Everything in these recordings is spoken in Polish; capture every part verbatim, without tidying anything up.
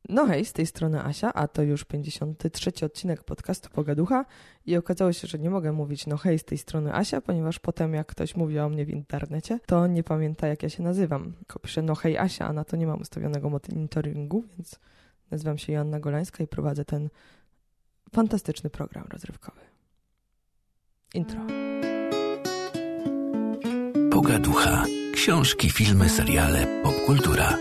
No hej, z tej strony Asia, a to już pięćdziesiąty trzeci odcinek podcastu Pogaducha i okazało się, że nie mogę mówić no hej, z tej strony Asia, ponieważ potem jak ktoś mówi o mnie w internecie, to nie pamięta jak ja się nazywam. Tylko piszę no hej Asia, a na to nie mam ustawionego monitoringu, więc nazywam się Joanna Golańska i prowadzę ten fantastyczny program rozrywkowy. Intro. Pogaducha. Książki, filmy, seriale, popkultura.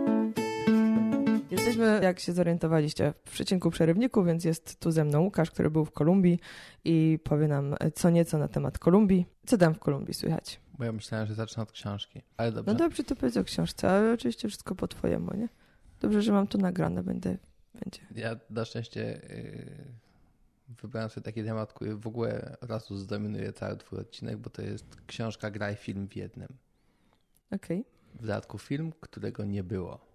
Jesteśmy, jak się zorientowaliście, w przecinku przerywniku, więc jest tu ze mną Łukasz, który był w Kolumbii i powie nam co nieco na temat Kolumbii. Co tam w Kolumbii słychać? Bo ja myślałem, że zacznę od książki, ale dobrze. No dobrze, to powiedz o książce, ale oczywiście wszystko po twojemu, nie? Dobrze, że mam to nagrane, będę, będzie. Ja na szczęście yy, wybrałem sobie taki temat, który w ogóle od razu zdominuje cały twój odcinek, bo to jest książka, gra i film w jednym. Okej. Okay. W dodatku film, którego nie było.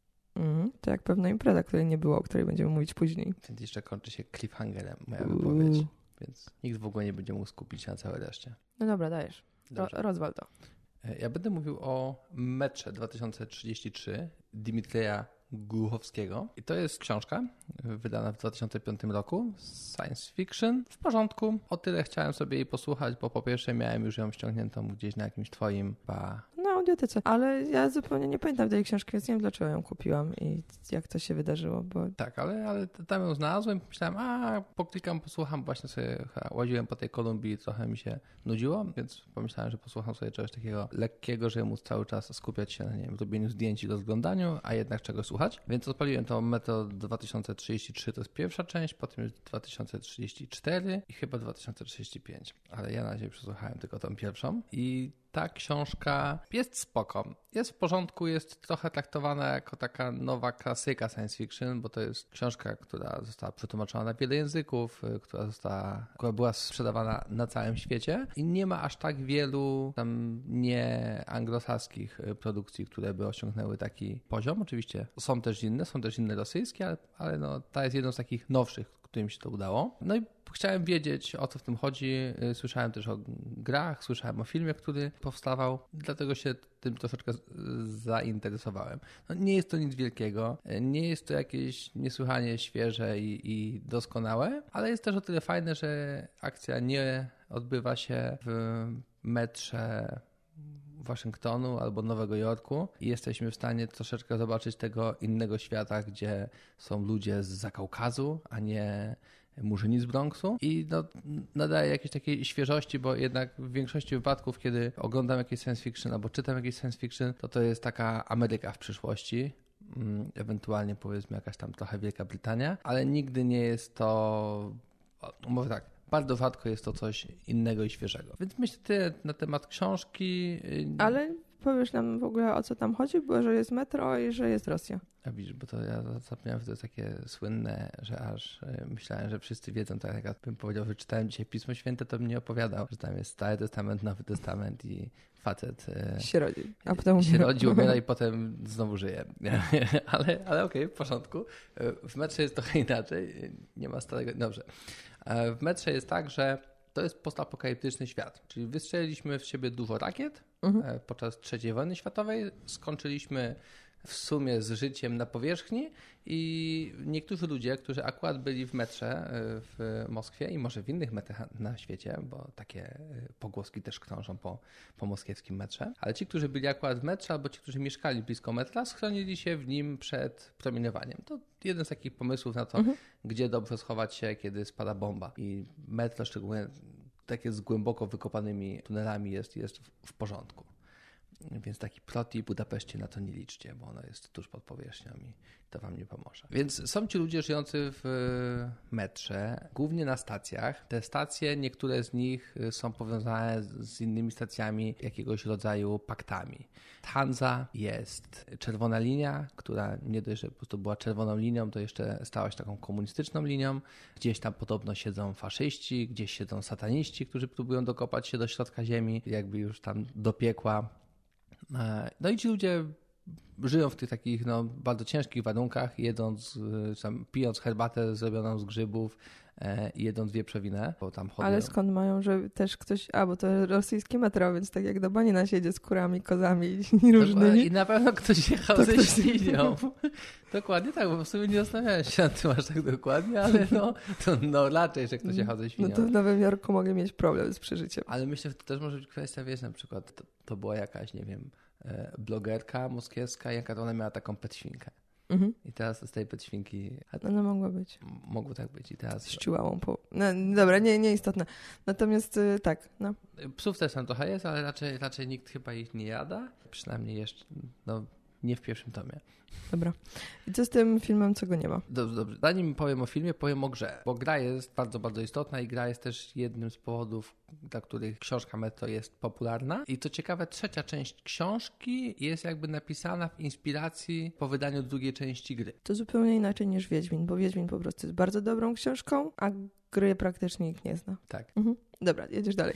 Mm, to jak pewna impreza, której nie było, o której będziemy mówić później. Więc jeszcze kończy się cliffhangerem moja wypowiedź, więc nikt w ogóle nie będzie mógł skupić się na całej reszcie. No dobra, dajesz. Ro- rozwal to. Ja będę mówił o Metrze dwa tysiące trzydzieści trzy Dmitrija Głuchowskiego. I to jest książka wydana w dwa tysiące piątym roku, science fiction. W porządku. O tyle chciałem sobie jej posłuchać, bo po pierwsze miałem już ją ściągniętą gdzieś na jakimś twoim ba. Na audiotece. Ale ja zupełnie nie pamiętam tej książki, więc nie wiem, dlaczego ją kupiłam i jak to się wydarzyło, bo... Tak, ale, ale tam ją znalazłem i myślałem, a poklikam, posłucham. Właśnie sobie łaziłem po tej Kolumbii i trochę mi się nudziło, więc pomyślałem, że posłucham sobie czegoś takiego lekkiego, żeby móc cały czas skupiać się na, nie wiem, robieniu zdjęć i rozglądaniu, a jednak czegoś słuchać. Więc odpaliłem to Metro dwa tysiące trzydzieści trzy, to jest pierwsza część, potem jest dwa tysiące trzydzieści cztery i chyba dwa tysiące trzydzieści pięć. Ale ja na razie przesłuchałem tylko tą pierwszą i ta książka jest spoko. Jest w porządku, jest trochę traktowana jako taka nowa klasyka science fiction, bo to jest książka, która została przetłumaczona na wiele języków, która została, która była sprzedawana na całym świecie i nie ma aż tak wielu tam nie anglosaskich produkcji, które by osiągnęły taki poziom. Oczywiście są też inne, są też inne rosyjskie, ale, ale no, ta jest jedną z takich nowszych, którym się to udało. No i chciałem wiedzieć, o co w tym chodzi. Słyszałem też o grach, słyszałem o filmie, który powstawał, dlatego się tym troszeczkę zainteresowałem. No, nie jest to nic wielkiego, nie jest to jakieś niesłychanie świeże i, i doskonałe, ale jest też o tyle fajne, że akcja nie odbywa się w metrze Waszyngtonu albo Nowego Jorku i jesteśmy w stanie troszeczkę zobaczyć tego innego świata, gdzie są ludzie z Zakaukazu, a nie murzyni z Bronxu i no, nadaje jakiejś takiej świeżości, bo jednak w większości wypadków, kiedy oglądam jakieś science fiction albo czytam jakieś science fiction, to to jest taka Ameryka w przyszłości, ewentualnie powiedzmy jakaś tam trochę Wielka Brytania, ale nigdy nie jest to, mówię tak, bardzo rzadko jest to coś innego i świeżego. Więc myślę tyle na temat książki. Ale powiesz nam w ogóle o co tam chodzi, bo że jest metro i że jest Rosja. A widzisz, bo to ja zapomniałem, że to jest takie słynne, że aż myślałem, że wszyscy wiedzą, tak jak bym powiedział, że czytałem dzisiaj Pismo Święte, to bym nie opowiadał, że tam jest Stary Testament, Nowy Testament i facet się rodzi, a potem umiera. się rodzi, umiera i potem znowu żyje. ale ale okej, okay, w porządku. W metrze jest trochę inaczej, nie ma starego... Dobrze. W metrze jest tak, że to jest postapokaliptyczny świat, czyli wystrzeliliśmy w siebie dużo rakiet mhm. podczas trzeciej wojny światowej, skończyliśmy w sumie z życiem na powierzchni i niektórzy ludzie, którzy akurat byli w metrze w Moskwie i może w innych metrach na świecie, bo takie pogłoski też krążą po, po moskiewskim metrze, ale ci, którzy byli akurat w metrze albo ci, którzy mieszkali blisko metra, schronili się w nim przed promieniowaniem. To jeden z takich pomysłów na to, mhm. gdzie dobrze schować się, kiedy spada bomba. I metro, szczególnie takie z głęboko wykopanymi tunelami jest, jest w, w porządku. Więc taki protip w Budapeszcie na to nie liczcie, bo ono jest tuż pod powierzchnią i to wam nie pomoże. Więc są ci ludzie żyjący w metrze, głównie na stacjach. Te stacje, niektóre z nich są powiązane z innymi stacjami jakiegoś rodzaju paktami. Hansa jest czerwona linia, która nie dość, że po prostu była czerwoną linią, to jeszcze stała się taką komunistyczną linią. Gdzieś tam podobno siedzą faszyści, gdzieś siedzą sataniści, którzy próbują dokopać się do środka ziemi, jakby już tam do piekła. No i ci ludzie żyją w tych takich no, bardzo ciężkich warunkach, jedząc, tam, pijąc herbatę zrobioną z grzybów, e, i jedząc wieprzowinę, bo tam hodują. Ale skąd mają, że też ktoś, a bo to rosyjskie metro, więc tak jak do Banina siedzie z kurami, kozami i różnymi. I na pewno ktoś jechał To ze ktoś- świnią. Dokładnie tak, bo w sumie nie zastanawiałem się nad tym aż tak dokładnie, ale no, to no raczej, że ktoś jechał ze świnią. No to w Nowym Jorku mogę mieć problem z przeżyciem. Ale myślę, że to też może być kwestia, wiesz, na przykład to, to była jakaś, nie wiem, e, blogerka moskiewska, jaka to ona miała taką petświnkę. Mhm. I teraz z tej petświnki a No, no mogła być. m- mogło tak być. I teraz Ściułałą po... No, dobra, nie, nieistotne. Natomiast y, tak, no. psów też tam trochę jest, ale raczej, raczej nikt chyba ich nie jada. Przynajmniej jeszcze, no nie w pierwszym tomie. Dobra. I co z tym filmem, co go nie ma? Dobrze, dobrze. Zanim powiem o filmie, powiem o grze, bo gra jest bardzo, bardzo istotna i gra jest też jednym z powodów, dla których książka Metro jest popularna. I co ciekawe, trzecia część książki jest jakby napisana w inspiracji po wydaniu drugiej części gry. To zupełnie inaczej niż Wiedźmin, bo Wiedźmin po prostu jest bardzo dobrą książką, a gry praktycznie nikt nie zna. Tak. Mhm. Dobra, jedziesz dalej.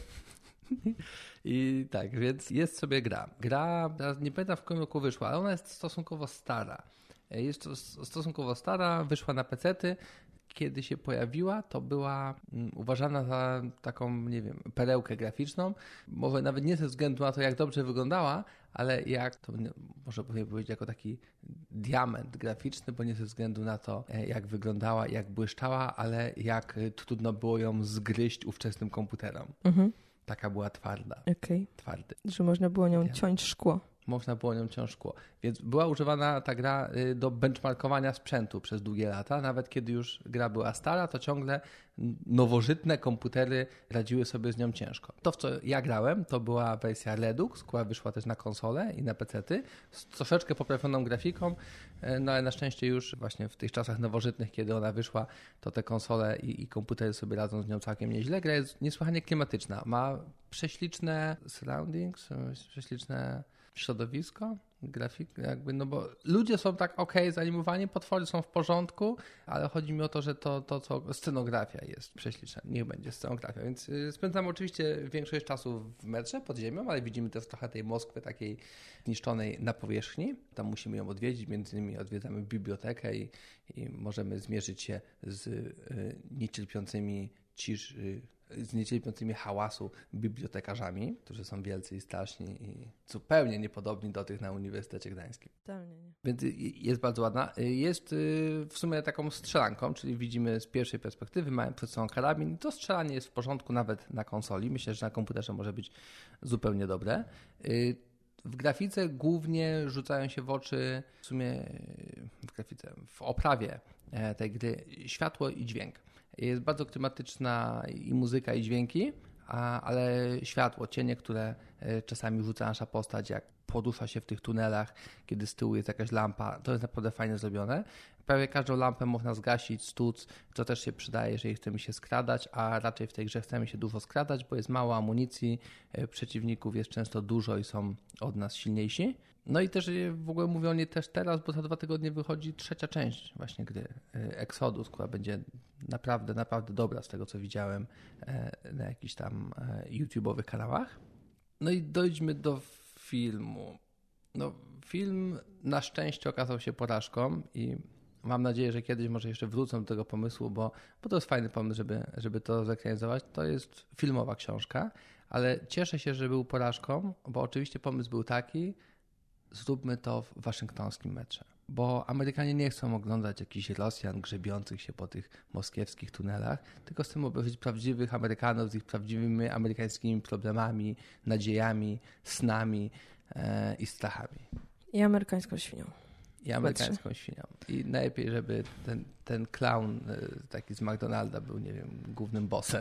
I tak, więc jest sobie gra. Gra, teraz nie pamiętam w którym roku wyszła, ale ona jest stosunkowo stara. Jest to stosunkowo stara, wyszła na pecety. Kiedy się pojawiła, to była mm, uważana za taką, nie wiem, perełkę graficzną. Może nawet nie ze względu na to, jak dobrze wyglądała, ale jak, to nie, można powiedzieć, jako taki diament graficzny, bo nie ze względu na to, e, jak wyglądała, jak błyszczała, ale jak e, trudno było ją zgryźć ówczesnym komputerom. Mhm. Taka była twarda. Okej. Twardy. Że można było nią Ja. ciąć szkło. Można było nią ciąć szkło. Więc była używana ta gra y, do benchmarkowania sprzętu przez długie lata. Nawet kiedy już gra była stara, to ciągle nowożytne komputery radziły sobie z nią ciężko. To, w co ja grałem, to była wersja Redux, która wyszła też na konsole i na pecety, z troszeczkę poprawioną grafiką, y, no ale na szczęście już właśnie w tych czasach nowożytnych, kiedy ona wyszła, to te konsole i, i komputery sobie radzą z nią całkiem nieźle. Gra jest niesłychanie klimatyczna. Ma prześliczne surroundings, prześliczne środowisko, grafik, jakby, no bo ludzie są tak okej, zanimowani, potwory są w porządku, ale chodzi mi o to, że to, to co scenografia jest prześliczna, niech będzie scenografia, więc y, spędzam oczywiście większość czasu w metrze pod ziemią, ale widzimy też trochę tej Moskwy takiej zniszczonej na powierzchni, tam musimy ją odwiedzić, między innymi odwiedzamy bibliotekę i, i możemy zmierzyć się z y, niecierpiącymi cisz, y, z niecierpiącymi hałasu bibliotekarzami, którzy są wielcy i straszni i zupełnie niepodobni do tych na Uniwersytecie Gdańskim. Totalnie nie. Więc jest bardzo ładna. Jest w sumie taką strzelanką, czyli widzimy z pierwszej perspektywy, mamy przed sobą karabin. To strzelanie jest w porządku nawet na konsoli. Myślę, że na komputerze może być zupełnie dobre. W grafice głównie rzucają się w oczy, w sumie w grafice, w oprawie tej gry światło i dźwięk. Jest bardzo klimatyczna i muzyka, i dźwięki, a, ale światło, cienie, które czasami rzuca nasza postać, jak porusza się w tych tunelach, kiedy z tyłu jest jakaś lampa, to jest naprawdę fajnie zrobione. Prawie każdą lampę można zgasić, stłuc, to też się przydaje, jeżeli chcemy się skradać, a raczej w tej grze chcemy się dużo skradać, bo jest mało amunicji, przeciwników jest często dużo i są od nas silniejsi. No i też w ogóle mówię o niej też teraz, bo za dwa tygodnie wychodzi trzecia część właśnie gry Exodus, która będzie naprawdę, naprawdę dobra z tego, co widziałem na jakichś tam YouTube'owych kanałach. No i dojdźmy do filmu. No, film na szczęście okazał się porażką i mam nadzieję, że kiedyś może jeszcze wrócę do tego pomysłu, bo, bo to jest fajny pomysł, żeby, żeby to zekranizować. To jest filmowa książka, ale cieszę się, że był porażką, bo oczywiście pomysł był taki, zróbmy to w waszyngtońskim metrze. Bo Amerykanie nie chcą oglądać jakichś Rosjan grzebiących się po tych moskiewskich tunelach, tylko chcą obejrzeć prawdziwych Amerykanów z ich prawdziwymi amerykańskimi problemami, nadziejami, snami e, i strachami. I amerykańską świnią. I amerykańską świnią. I najlepiej, żeby ten, ten clown e, taki z McDonalda był, nie wiem, głównym bossem.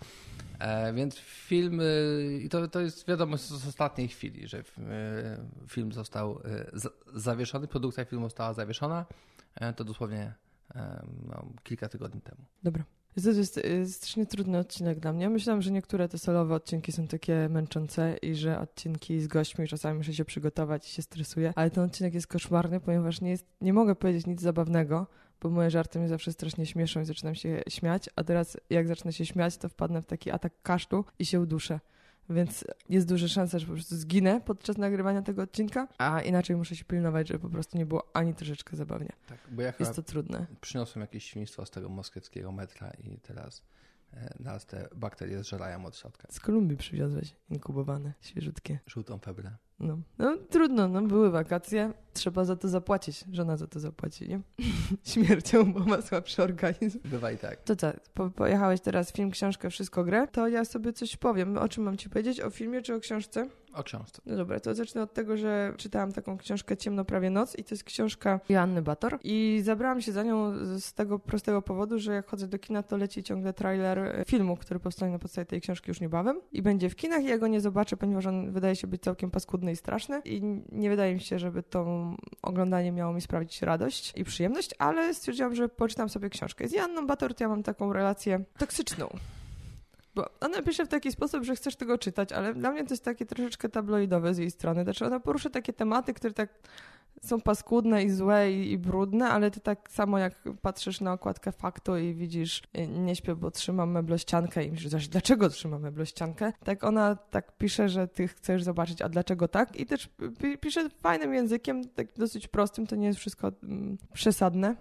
E, więc film, e, i to, to jest wiadomo z, z ostatniej chwili, że f, e, film został e, z, zawieszony, produkcja filmu została zawieszona, e, to dosłownie e, no, kilka tygodni temu. Dobra. To jest, to jest strasznie trudny odcinek dla mnie. Myślałam, że niektóre te solowe odcinki są takie męczące i że odcinki z gośćmi czasami muszę się przygotować i się stresuję, ale ten odcinek jest koszmarny, ponieważ nie, jest, nie mogę powiedzieć nic zabawnego, bo moje żarty mnie zawsze strasznie śmieszą i zaczynam się śmiać, a teraz jak zacznę się śmiać, to wpadnę w taki atak kaszlu i się uduszę. Więc jest duża szansa, że po prostu zginę podczas nagrywania tego odcinka, a inaczej muszę się pilnować, żeby po prostu nie było ani troszeczkę zabawnie. Tak, bo ja jest to trudne. Przyniosłem jakieś świństwo z tego moskiewskiego metra i teraz e, nas te bakterie zżerają od środka. Z Kolumbii przywiozłeś, inkubowane, świeżutkie. Żółtą febrę. No. no trudno, no były wakacje, trzeba za to zapłacić, żona za to zapłaci, nie? Śmiercią, bo ma słabszy organizm. Bywa i tak. To co, po, pojechałeś teraz film, książkę, wszystko grę, to ja sobie coś powiem. O czym mam ci powiedzieć? O filmie czy o książce? O książce. No dobra, to zacznę od tego, że czytałam taką książkę Ciemno prawie noc i to jest książka Joanny Bator i zabrałam się za nią z tego prostego powodu, że jak chodzę do kina, to leci ciągle trailer filmu, który powstanie na podstawie tej książki już niebawem i będzie w kinach i ja go nie zobaczę, ponieważ on wydaje się być całkiem paskudny i straszny i nie wydaje mi się, żeby to oglądanie miało mi sprawić radość i przyjemność, ale stwierdziłam, że poczytam sobie książkę. Z Joanną Bator to ja mam taką relację toksyczną. Bo ona pisze w taki sposób, że chcesz tego czytać, ale dla mnie to jest takie troszeczkę tabloidowe z jej strony. Znaczy ona porusza takie tematy, które tak są paskudne i złe i, i brudne, ale ty tak samo jak patrzysz na okładkę Faktu i widzisz nie śpię, bo trzymam meblościankę i myślisz, dlaczego trzymam meblościankę? Tak ona tak pisze, że ty chcesz zobaczyć, a dlaczego tak? I też pisze fajnym językiem, tak dosyć prostym, to nie jest wszystko mm, przesadne.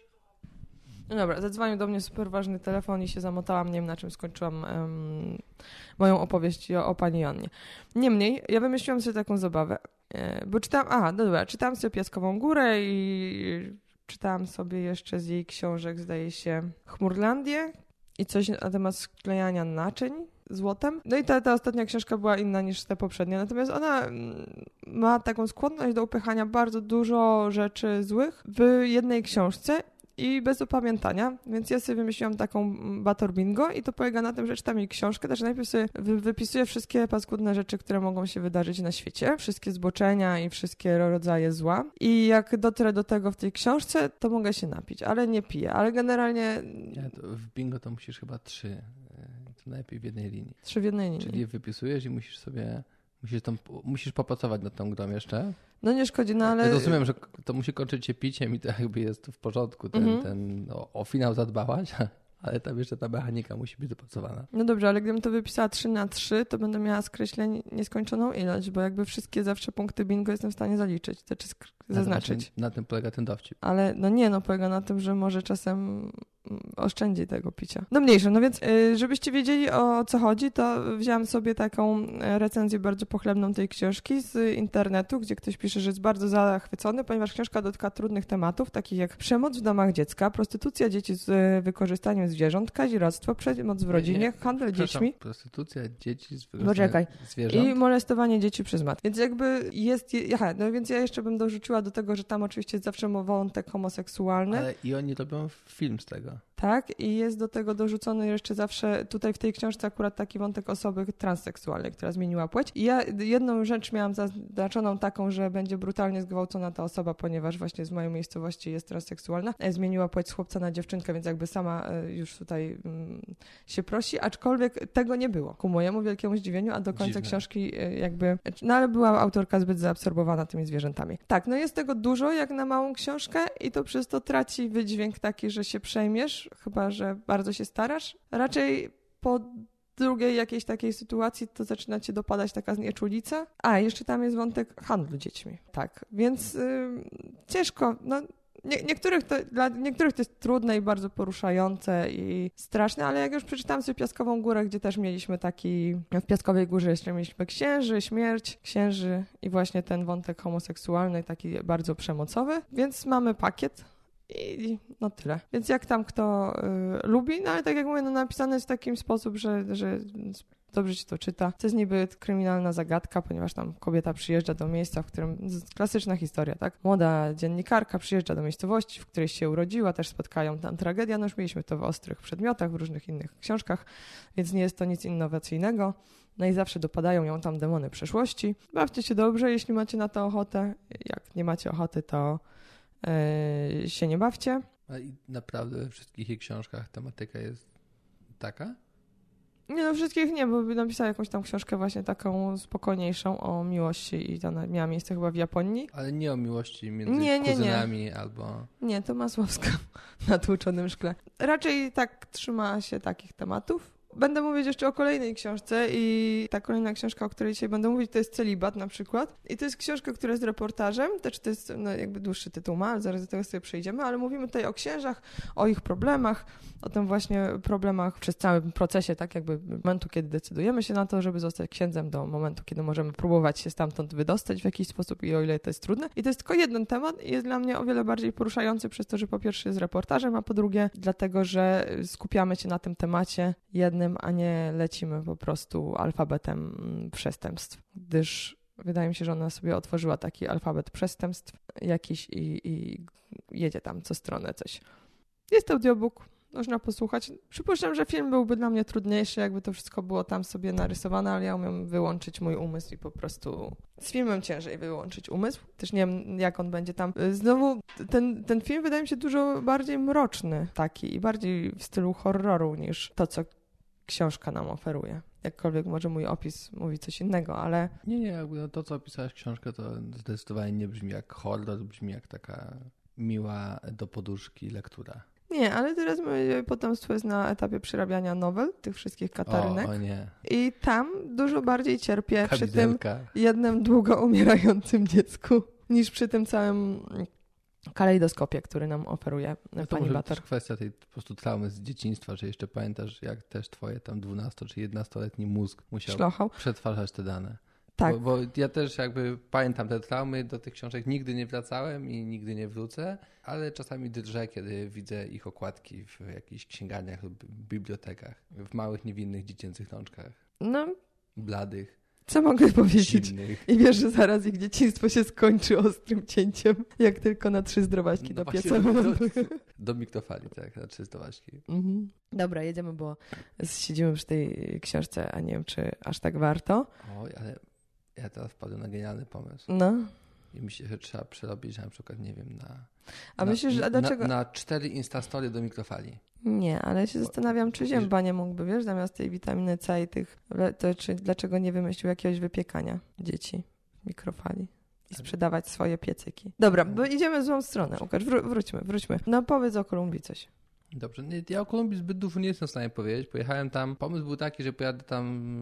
No dobra, zadzwonił do mnie super ważny telefon i się zamotałam, nie wiem na czym skończyłam um, moją opowieść o, o pani Joannie. Niemniej, ja wymyśliłam sobie taką zabawę, e, bo czytałam, aha, no dobra, czytałam sobie Piaskową Górę i czytałam sobie jeszcze z jej książek, zdaje się, Chmurlandię i coś na temat sklejania naczyń złotem. No i ta, ta ostatnia książka była inna niż te poprzednie, natomiast ona ma taką skłonność do upychania bardzo dużo rzeczy złych w jednej książce i bez opamiętania, więc ja sobie wymyśliłam taką Bator Bingo i to polega na tym, że czytam jej książkę, znaczy najpierw sobie wy- wypisuję wszystkie paskudne rzeczy, które mogą się wydarzyć na świecie, wszystkie zboczenia i wszystkie rodzaje zła i jak dotrę do tego w tej książce, to mogę się napić, ale nie piję, ale generalnie... Ja to w bingo to musisz chyba trzy, to najlepiej w jednej linii. Trzy w jednej linii. Czyli wypisujesz i musisz sobie... Musisz, tam, musisz popracować nad tą grą jeszcze. No nie szkodzi, no ale... Ja rozumiem, że to musi kończyć się piciem i to jakby jest w porządku. Ten, mhm. ten, o, o finał zadbałaś, ale tam jeszcze ta mechanika musi być dopracowana. No dobrze, ale gdybym to wypisała trzy na trzy, to będę miała skreśleń nieskończoną ilość, bo jakby wszystkie zawsze punkty bingo jestem w stanie zaliczyć, to czy sk- zaznaczyć. Na, na tym polega ten dowcip. Ale no nie, no polega na tym, że może czasem oszczędzi tego picia. No mniejsze, no więc yy, żebyście wiedzieli o co chodzi, to wziąłam sobie taką recenzję bardzo pochlebną tej książki z internetu, gdzie ktoś pisze, że jest bardzo zachwycony, ponieważ książka dotyka trudnych tematów, takich jak przemoc w domach dziecka, prostytucja dzieci z wykorzystaniem zwierząt, kazirodztwo, przemoc w rodzinie, nie, nie. handel dziećmi. Prostytucja dzieci z wykorzystaniem zwierząt. I molestowanie dzieci przez matkę. Więc jakby jest, aha, no więc ja jeszcze bym dorzuciła do tego, że tam oczywiście jest zawsze wątek homoseksualny. Ale i oni robią film z tego. Tak, i jest do tego dorzucony jeszcze zawsze, tutaj w tej książce akurat taki wątek osoby transseksualnej, która zmieniła płeć. I ja jedną rzecz miałam zaznaczoną taką, że będzie brutalnie zgwałcona ta osoba, ponieważ właśnie z mojej miejscowości jest transseksualna. Zmieniła płeć z chłopca na dziewczynkę, więc jakby sama już tutaj mm, się prosi, aczkolwiek tego nie było. Ku mojemu wielkiemu zdziwieniu, a do końca Dziwne. książki jakby, no ale była autorka zbyt zaabsorbowana tymi zwierzętami. Tak, no jest tego dużo jak na małą książkę i to przez to traci wydźwięk taki, że się przejmiesz, chyba że bardzo się starasz. Raczej po drugiej jakiejś takiej sytuacji to zaczyna cię dopadać taka znieczulica. A, jeszcze tam jest wątek handlu dziećmi. Tak, więc yy, ciężko, no nie, niektórych to, dla niektórych to jest trudne i bardzo poruszające i straszne, ale jak już przeczytałam sobie Piaskową Górę, gdzie też mieliśmy taki, w Piaskowej Górze jeszcze mieliśmy księży, śmierć księży i właśnie ten wątek homoseksualny, taki bardzo przemocowy, więc mamy pakiet. I no tyle. Więc jak tam kto y, lubi, no ale tak jak mówię, no napisane jest w taki sposób, że, że dobrze się to czyta. To jest niby kryminalna zagadka, ponieważ tam kobieta przyjeżdża do miejsca, w którym, klasyczna historia, tak? Młoda dziennikarka przyjeżdża do miejscowości, w której się urodziła, też spotkają tam tragedia, no już mieliśmy to w Ostrych Przedmiotach, w różnych innych książkach, więc nie jest to nic innowacyjnego. No i zawsze dopadają ją tam demony przeszłości. Bawcie się dobrze, jeśli macie na to ochotę. Jak nie macie ochoty, to Yy, się nie bawcie. A i naprawdę we wszystkich jej książkach tematyka jest taka? Nie, no wszystkich nie, bo napisała jakąś tam książkę właśnie taką spokojniejszą o miłości i to miała miejsce chyba w Japonii. Ale nie o miłości między nie, nie, kuzynami nie. albo... Nie, to Masłowska na tłuczonym szkle. Raczej tak trzyma się takich tematów. Będę mówić jeszcze o kolejnej książce i ta kolejna książka, o której dzisiaj będę mówić, to jest Celibat na przykład. I to jest książka, która jest reportażem, też to jest no, jakby dłuższy tytuł ma, ale zaraz do tego sobie przejdziemy, ale mówimy tutaj o księżach, o ich problemach, o tym właśnie problemach przez cały procesie, tak jakby momentu, kiedy decydujemy się na to, żeby zostać księdzem, do momentu, kiedy możemy próbować się stamtąd wydostać w jakiś sposób i o ile to jest trudne. I to jest tylko jeden temat i jest dla mnie o wiele bardziej poruszający przez to, że po pierwsze jest reportażem, a po drugie dlatego, że skupiamy się na tym temacie jednym, a nie lecimy po prostu alfabetem przestępstw, gdyż wydaje mi się, że ona sobie otworzyła taki alfabet przestępstw jakiś i, i jedzie tam co stronę coś. Jest audiobook, można posłuchać. Przypuszczam, że film byłby dla mnie trudniejszy, jakby to wszystko było tam sobie narysowane, ale ja umiem wyłączyć mój umysł i po prostu z filmem ciężej wyłączyć umysł. Też nie wiem, jak on będzie tam. Znowu ten, ten film wydaje mi się dużo bardziej mroczny taki i bardziej w stylu horroru niż to, co książka nam oferuje. Jakkolwiek może mój opis mówi coś innego, ale... Nie, nie, jakby no to, co opisałeś książkę, to zdecydowanie nie brzmi jak horror, brzmi jak taka miła do poduszki lektura. Nie, ale teraz moje potomstwo jest na etapie przerabiania nowel, tych wszystkich katarynek. O, o nie. I tam dużo bardziej cierpię Kamizelka. przy tym jednym długo umierającym dziecku, niż przy tym całym kalejdoskopie, który nam oferuje no pani może Bater. To kwestia tej po prostu traumy z dzieciństwa, że jeszcze pamiętasz, jak też twoje tam dwunasto czy jedenastoletni mózg musiał Szlochał. przetwarzać te dane. Tak. Bo, bo ja też jakby pamiętam te traumy, do tych książek nigdy nie wracałem i nigdy nie wrócę, ale czasami drżę, kiedy widzę ich okładki w jakichś księgarniach lub bibliotekach, w małych, niewinnych, dziecięcych rączkach. No, bladych. Co mogę powiedzieć? Silnych. I wiesz, że zaraz ich dzieciństwo się skończy ostrym cięciem, jak tylko na trzy zdrowaśki No do pieca. do, do, do mikrofali, tak, na trzy zdrowaśki. Mhm. Dobra, jedziemy, bo siedzimy przy tej książce, a nie wiem, czy aż tak warto. Oj, ale ja teraz wpadłem na genialny pomysł. No. I myślę, że trzeba przerobić na przykład, nie wiem, na... A na, myślisz, że a dlaczego... Na, na cztery instastory do mikrofali. Nie, ale ja się zastanawiam, czy Zięba nie mógłby, wiesz, zamiast tej witaminy C i tych, to czy dlaczego nie wymyślił jakiegoś wypiekania dzieci w mikrofali i sprzedawać swoje piecyki. Dobra, bo idziemy w złą stronę, Łukasz, wró- wróćmy, wróćmy. No powiedz o Kolumbii coś. Dobrze, ja o Kolumbii zbyt dużo nie jestem w stanie powiedzieć. Pojechałem tam, pomysł był taki, że pojadę tam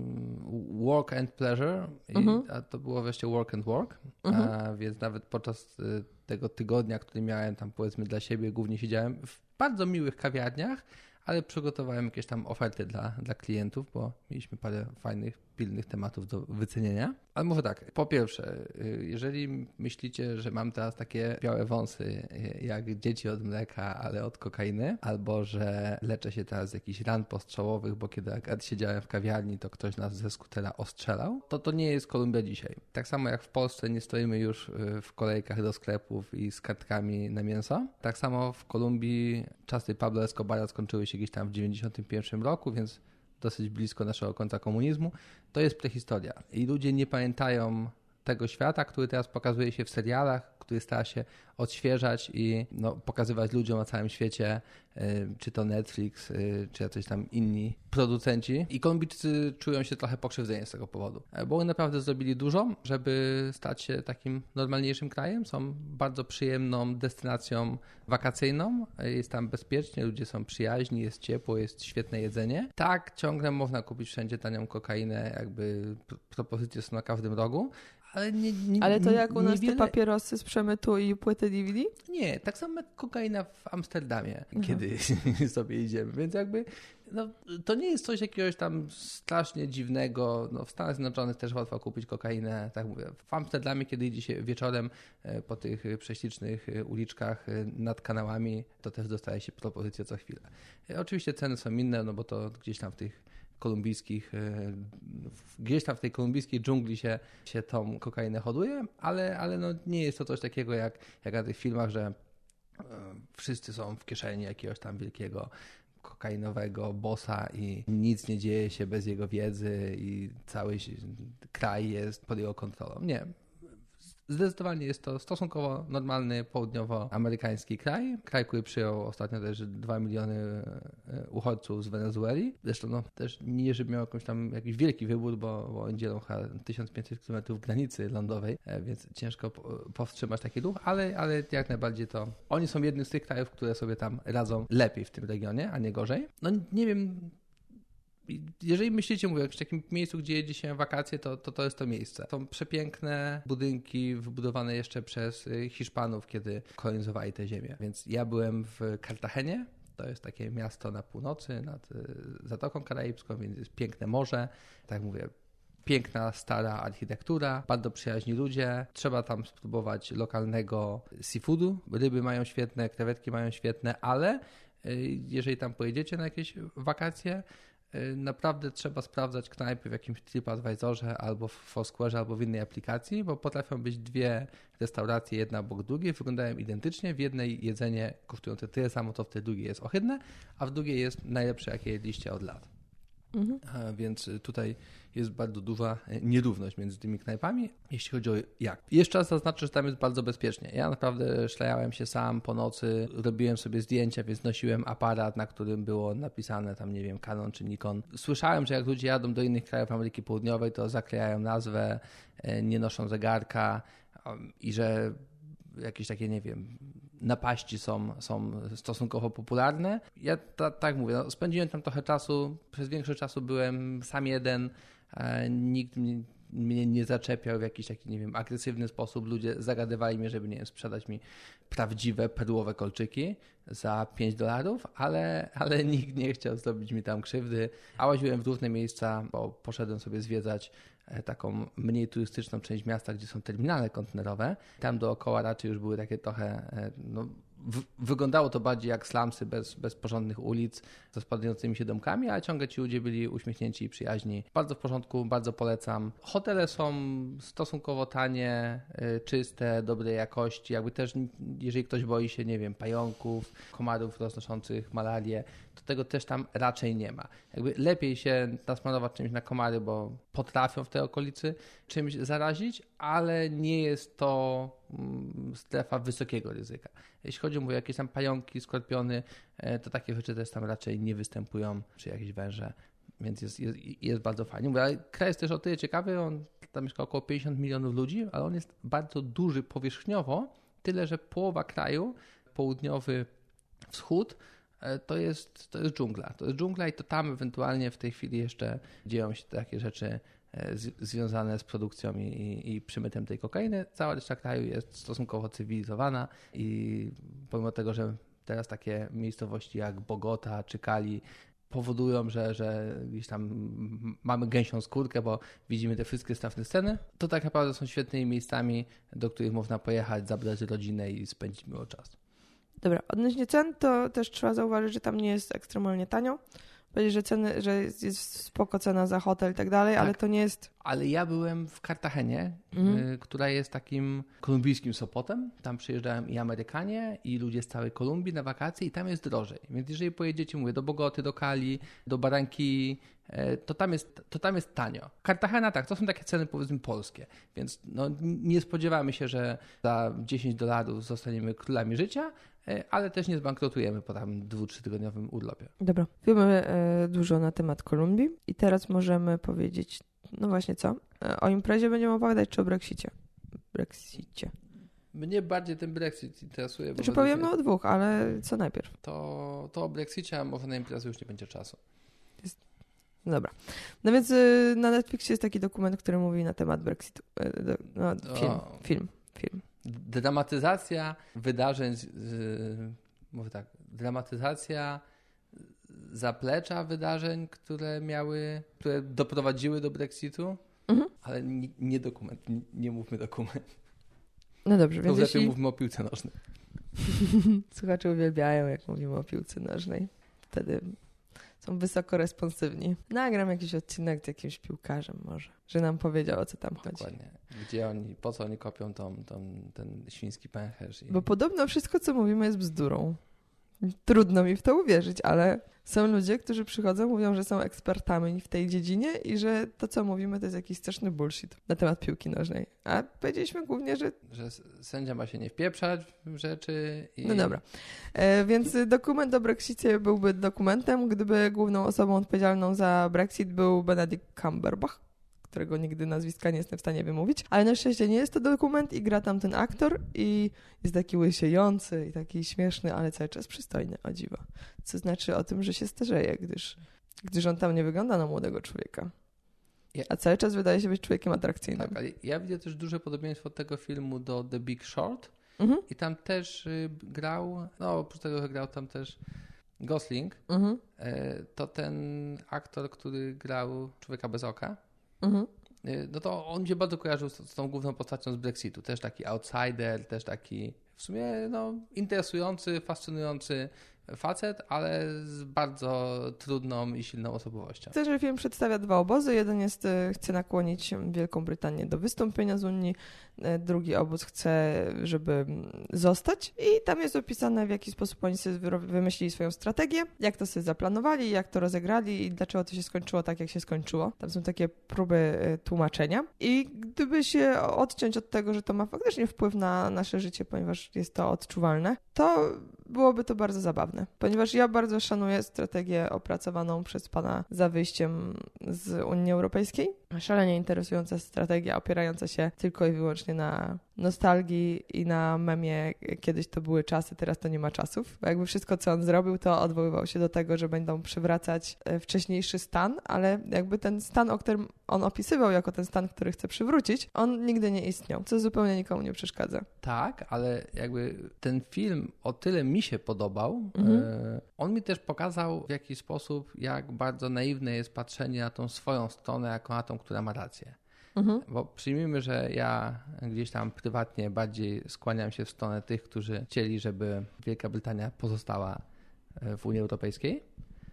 work and pleasure, i, mhm. a to było wreszcie work and work, mhm. a więc nawet podczas tego tygodnia, który miałem tam powiedzmy dla siebie, głównie siedziałem w bardzo miłych kawiarniach, ale przygotowałem jakieś tam oferty dla, dla klientów, bo mieliśmy parę fajnych, pilnych tematów do wycenienia. Ale może tak, po pierwsze, jeżeli myślicie, że mam teraz takie białe wąsy jak dzieci od mleka, ale od kokainy, albo że leczę się teraz z jakichś ran postrzałowych, bo kiedy jak siedziałem w kawiarni, to ktoś nas ze skutera ostrzelał, to to nie jest Kolumbia dzisiaj. Tak samo jak w Polsce nie stoimy już w kolejkach do sklepów i z kartkami na mięso, tak samo w Kolumbii czasy Pablo Escobara skończyły się gdzieś tam w dziewięćdziesiątym pierwszym roku, więc dosyć blisko naszego końca komunizmu. To jest prehistoria. I ludzie nie pamiętają tego świata, który teraz pokazuje się w serialach, który stara się odświeżać i no, pokazywać ludziom na całym świecie, y, czy to Netflix, y, czy jacyś tam inni producenci. I Kolumbijczycy czują się trochę pokrzywdzeni z tego powodu. Bo oni naprawdę zrobili dużo, żeby stać się takim normalniejszym krajem. Są bardzo przyjemną destynacją wakacyjną. Jest tam bezpiecznie, ludzie są przyjaźni, jest ciepło, jest świetne jedzenie. Tak, ciągle można kupić wszędzie tanią kokainę, jakby propozycje są na każdym rogu. Ale, nie, nie, Ale to jak u nas niewiele... te papierosy z przemytu i płyty D V D? Nie, tak samo jak kokaina w Amsterdamie, mhm. kiedy sobie idziemy. Więc jakby no, to nie jest coś jakiegoś tam strasznie dziwnego. No, w Stanach Zjednoczonych też łatwo kupić kokainę. Tak mówię. W Amsterdamie, kiedy idzie się wieczorem po tych prześlicznych uliczkach nad kanałami, to też dostaje się propozycje co chwilę. Oczywiście ceny są inne, no bo to gdzieś tam w tych kolumbijskich, gdzieś tam w tej kolumbijskiej dżungli się, się tą kokainę hoduje, ale, ale no nie jest to coś takiego jak, jak na tych filmach, że wszyscy są w kieszeni jakiegoś tam wielkiego kokainowego bossa i nic nie dzieje się bez jego wiedzy i cały kraj jest pod jego kontrolą. Nie. Zdecydowanie jest to stosunkowo normalny południowoamerykański kraj. Kraj, który przyjął ostatnio też dwa miliony uchodźców z Wenezueli. Zresztą no, też nie, żeby miał jakąś tam jakiś wielki wybór, bo, bo oni dzielą tysiąc pięćset kilometrów granicy lądowej, więc ciężko powstrzymać taki ruch, ale, ale jak najbardziej to oni są jednym z tych krajów, które sobie tam radzą lepiej w tym regionie, a nie gorzej. No nie wiem, Jeżeli myślicie, mówię, o jakimś takim miejscu, gdzie jedzie się w wakacje, to, to to jest to miejsce. Są przepiękne budynki wybudowane jeszcze przez Hiszpanów, kiedy kolonizowali tę ziemię. Więc ja byłem w Kartagenie, to jest takie miasto na północy, nad Zatoką Karaibską, więc jest piękne morze, tak jak mówię, piękna, stara architektura, bardzo przyjaźni ludzie. Trzeba tam spróbować lokalnego seafoodu. Ryby mają świetne, krewetki mają świetne, ale jeżeli tam pojedziecie na jakieś wakacje, naprawdę trzeba sprawdzać knajpy w jakimś TripAdvisorze albo w Foursquare'ze albo w innej aplikacji, bo potrafią być dwie restauracje, jedna obok drugiej, wyglądają identycznie. W jednej jedzenie kosztujące tyle samo, to w tej drugiej jest ohydne, a w drugiej jest najlepsze, jakie jedliście od lat. Mhm. A więc tutaj jest bardzo duża nierówność między tymi knajpami, jeśli chodzi o jak. Jeszcze raz zaznaczę, że tam jest bardzo bezpiecznie. Ja naprawdę szlajałem się sam po nocy, robiłem sobie zdjęcia, więc nosiłem aparat, na którym było napisane tam, nie wiem, Canon czy Nikon. Słyszałem, że jak ludzie jadą do innych krajów Ameryki Południowej, to zaklejają nazwę, nie noszą zegarka i że jakieś takie, nie wiem, napaści są, są stosunkowo popularne. Ja ta, tak mówię, no, spędziłem tam trochę czasu, przez większość czasu byłem sam jeden, e, nikt mnie, mnie nie zaczepiał w jakiś taki, nie wiem, agresywny sposób. Ludzie zagadywali mnie, żeby, nie wiem, sprzedać mi prawdziwe perłowe kolczyki za pięć dolarów, ale, ale nikt nie chciał zrobić mi tam krzywdy. A łaziłem w różne miejsca, bo poszedłem sobie zwiedzać taką mniej turystyczną część miasta, gdzie są terminale kontenerowe. Tam dookoła raczej już były takie trochę, no, w, wyglądało to bardziej jak slumsy bez, bez porządnych ulic, z rozpadającymi się domkami, ale ciągle ci ludzie byli uśmiechnięci i przyjaźni. Bardzo w porządku, bardzo polecam. Hotele są stosunkowo tanie, czyste, dobrej jakości. Jakby też, jeżeli ktoś boi się, nie wiem, pająków, komarów roznoszących malarię, to tego też tam raczej nie ma. Jakby lepiej się nasmarować czymś na komary, bo potrafią w tej okolicy czymś zarazić, ale nie jest to strefa wysokiego ryzyka. Jeśli chodzi o jakieś tam pająki, skorpiony, to takie rzeczy też tam raczej nie występują, czy jakieś węże, więc jest, jest, jest bardzo fajnie. Mówię, ale kraj jest też o tyle ciekawy, on tam mieszka około pięćdziesiąt milionów ludzi, ale on jest bardzo duży powierzchniowo, tyle że połowa kraju, południowy wschód, to jest, to jest dżungla. To jest dżungla i to tam ewentualnie w tej chwili jeszcze dzieją się takie rzeczy z, związane z produkcją i, i przemytem tej kokainy. Cała reszta kraju jest stosunkowo cywilizowana i pomimo tego, że teraz takie miejscowości jak Bogota czy Cali powodują, że, że gdzieś tam mamy gęsią skórkę, bo widzimy te wszystkie straszne sceny, to tak naprawdę są świetnymi miejscami, do których można pojechać, zabrać rodzinę i spędzić miło czas. Dobra, odnośnie cen, to też trzeba zauważyć, że tam nie jest ekstremalnie tanio. Powiedzieć, że ceny, że jest spoko cena za hotel i tak dalej, tak, ale to nie jest... Ale ja byłem w Kartagenie, mhm. y, która jest takim kolumbijskim Sopotem. Tam przyjeżdżają i Amerykanie, i ludzie z całej Kolumbii na wakacje i tam jest drożej. Więc jeżeli pojedziecie, mówię, do Bogoty, do Cali, do Barranquilli, y, to, tam jest, to tam jest tanio. Kartagena tak, to są takie ceny powiedzmy polskie. Więc no, nie spodziewamy się, że za dziesięć dolarów zostaniemy królami życia, ale też nie zbankrutujemy po tam dwu, trzytygodniowym urlopie. Dobra, wiemy e, dużo na temat Kolumbii i teraz możemy powiedzieć, no właśnie co? E, o imprezie będziemy opowiadać, czy o Brexicie? Brexicie. Mnie bardziej ten Brexit interesuje. Znaczy powiemy o dwóch, ale co najpierw? To, to o Brexicie, a może na imprezę już nie będzie czasu. Jest... Dobra. No więc y, na Netflixie jest taki dokument, który mówi na temat Brexitu. Y, do, no, film, o... film, film. Dramatyzacja wydarzeń, z, mówię tak, dramatyzacja zaplecza wydarzeń, które miały, które doprowadziły do Brexitu, mhm. ale nie, nie dokument, nie, nie mówmy dokument. No dobrze, to więc lepiej jeśli... mówmy o piłce nożnej. Słuchacze uwielbiają, jak mówimy o piłce nożnej. Wtedy są wysoko responsywni. Nagram jakiś odcinek z jakimś piłkarzem może, że nam powiedział, o co tam chodzi. Dokładnie. Gdzie oni, po co oni kopią tą, tą, ten świński pęcherz. I... Bo podobno wszystko, co mówimy, jest bzdurą. Trudno mi w to uwierzyć, ale są ludzie, którzy przychodzą, mówią, że są ekspertami w tej dziedzinie i że to, co mówimy, to jest jakiś straszny bullshit na temat piłki nożnej. A powiedzieliśmy głównie, że... Że sędzia ma się nie wpieprzać w rzeczy i... No dobra. E, więc dokument o Brexicie byłby dokumentem, gdyby główną osobą odpowiedzialną za Brexit był Benedict Cumberbatch, którego nigdy nazwiska nie jestem w stanie wymówić, ale na szczęście nie jest to dokument i gra tam ten aktor i jest taki łysiejący i taki śmieszny, ale cały czas przystojny, o dziwo. Co znaczy o tym, że się starzeje, gdyż gdyż on tam nie wygląda na młodego człowieka. A cały czas wydaje się być człowiekiem atrakcyjnym. Tak, ale ja widzę też duże podobieństwo tego filmu do The Big Short Mhm. i tam też y, grał, no oprócz tego, że grał tam też Gosling, Mhm. y, to ten aktor, który grał Człowieka bez oka, Mhm. y, no to on się bardzo kojarzył z, z tą główną postacią z Brexitu. Też taki outsider, też taki w sumie no, interesujący, fascynujący facet, ale z bardzo trudną i silną osobowością. Chcę, że film przedstawia dwa obozy. Jeden jest, e, chce nakłonić Wielką Brytanię do wystąpienia z Unii, e, drugi obóz chce, żeby mm, zostać i tam jest opisane, w jaki sposób oni sobie wyro- wymyślili swoją strategię, jak to sobie zaplanowali, jak to rozegrali i dlaczego to się skończyło tak, jak się skończyło. Tam są takie próby e, tłumaczenia i gdyby się odciąć od tego, że to ma faktycznie wpływ na nasze życie, ponieważ jest to odczuwalne, to byłoby to bardzo zabawne, ponieważ ja bardzo szanuję strategię opracowaną przez pana za wyjściem z Unii Europejskiej. Szalenie interesująca strategia opierająca się tylko i wyłącznie na nostalgii i na memie kiedyś to były czasy, teraz to nie ma czasów. Bo jakby wszystko, co on zrobił, to odwoływał się do tego, że będą przywracać wcześniejszy stan, ale jakby ten stan, o którym on opisywał jako ten stan, który chce przywrócić, on nigdy nie istniał, co zupełnie nikomu nie przeszkadza. Tak, ale jakby ten film o tyle mi się podobał, Mhm. e, on mi też pokazał w jaki sposób, jak bardzo naiwne jest patrzenie na tą swoją stronę, jako na tą, która ma rację. Mhm. Bo przyjmijmy, że ja gdzieś tam prywatnie bardziej skłaniam się w stronę tych, którzy chcieli, żeby Wielka Brytania pozostała w Unii Europejskiej.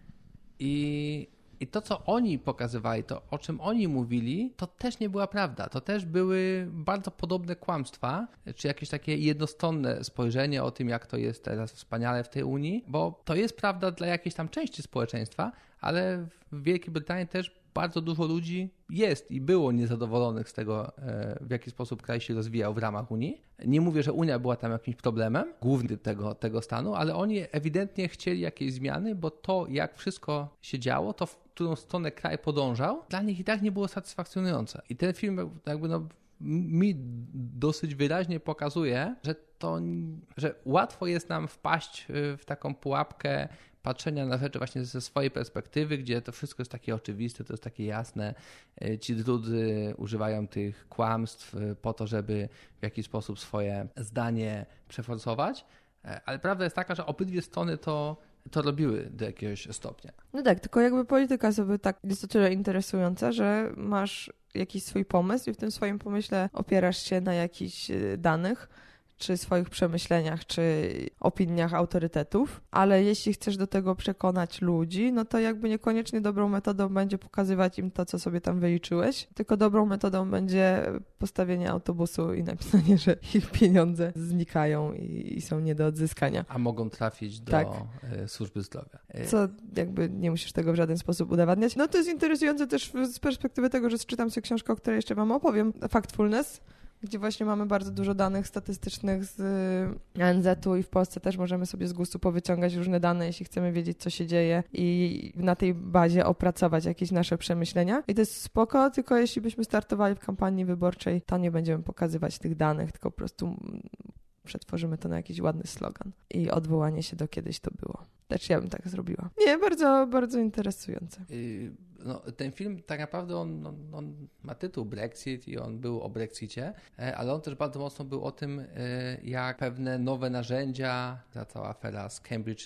I, i to, co oni pokazywali, to o czym oni mówili, to też nie była prawda. To też były bardzo podobne kłamstwa, czy jakieś takie jednostronne spojrzenie o tym, jak to jest teraz wspaniale w tej Unii, bo to jest prawda dla jakiejś tam części społeczeństwa, ale w Wielkiej Brytanii też bardzo dużo ludzi jest i było niezadowolonych z tego, w jaki sposób kraj się rozwijał w ramach Unii. Nie mówię, że Unia była tam jakimś problemem, głównym tego, tego stanu, ale oni ewidentnie chcieli jakiejś zmiany, bo to, jak wszystko się działo, to w którą stronę kraj podążał, dla nich i tak nie było satysfakcjonujące. I ten film jakby no mi dosyć wyraźnie pokazuje, że to, że łatwo jest nam wpaść w taką pułapkę patrzenia na rzeczy właśnie ze swojej perspektywy, gdzie to wszystko jest takie oczywiste, to jest takie jasne. Ci drudzy używają tych kłamstw po to, żeby w jakiś sposób swoje zdanie przeforsować, ale prawda jest taka, że obydwie strony to to robiły do jakiegoś stopnia. No tak, tylko jakby polityka sobie tak jest o tyle interesująca, że masz jakiś swój pomysł i w tym swoim pomyśle opierasz się na jakichś danych, czy swoich przemyśleniach, czy opiniach autorytetów, ale jeśli chcesz do tego przekonać ludzi, no to jakby niekoniecznie dobrą metodą będzie pokazywać im to, co sobie tam wyliczyłeś, tylko dobrą metodą będzie postawienie autobusu i napisanie, że ich pieniądze znikają i, i są nie do odzyskania. A mogą trafić do tak. służby zdrowia. Co jakby nie musisz tego w żaden sposób udowadniać. No to jest interesujące też z perspektywy tego, że czytam sobie książkę, o której jeszcze wam opowiem, Factfulness, gdzie właśnie mamy bardzo dużo danych statystycznych z A N Z-u i w Polsce też możemy sobie z gustu powyciągać różne dane, jeśli chcemy wiedzieć, co się dzieje i na tej bazie opracować jakieś nasze przemyślenia. I to jest spoko, tylko jeśli byśmy startowali w kampanii wyborczej, to nie będziemy pokazywać tych danych, tylko po prostu przetworzymy to na jakiś ładny slogan i odwołanie się do kiedyś to było. Też ja bym tak zrobiła. Nie, bardzo, bardzo interesujące. Yy, no, ten film tak naprawdę on, on, on ma tytuł Brexit i on był o Brexicie, ale on też bardzo mocno był o tym, jak pewne nowe narzędzia, ta cała afera z Cambridge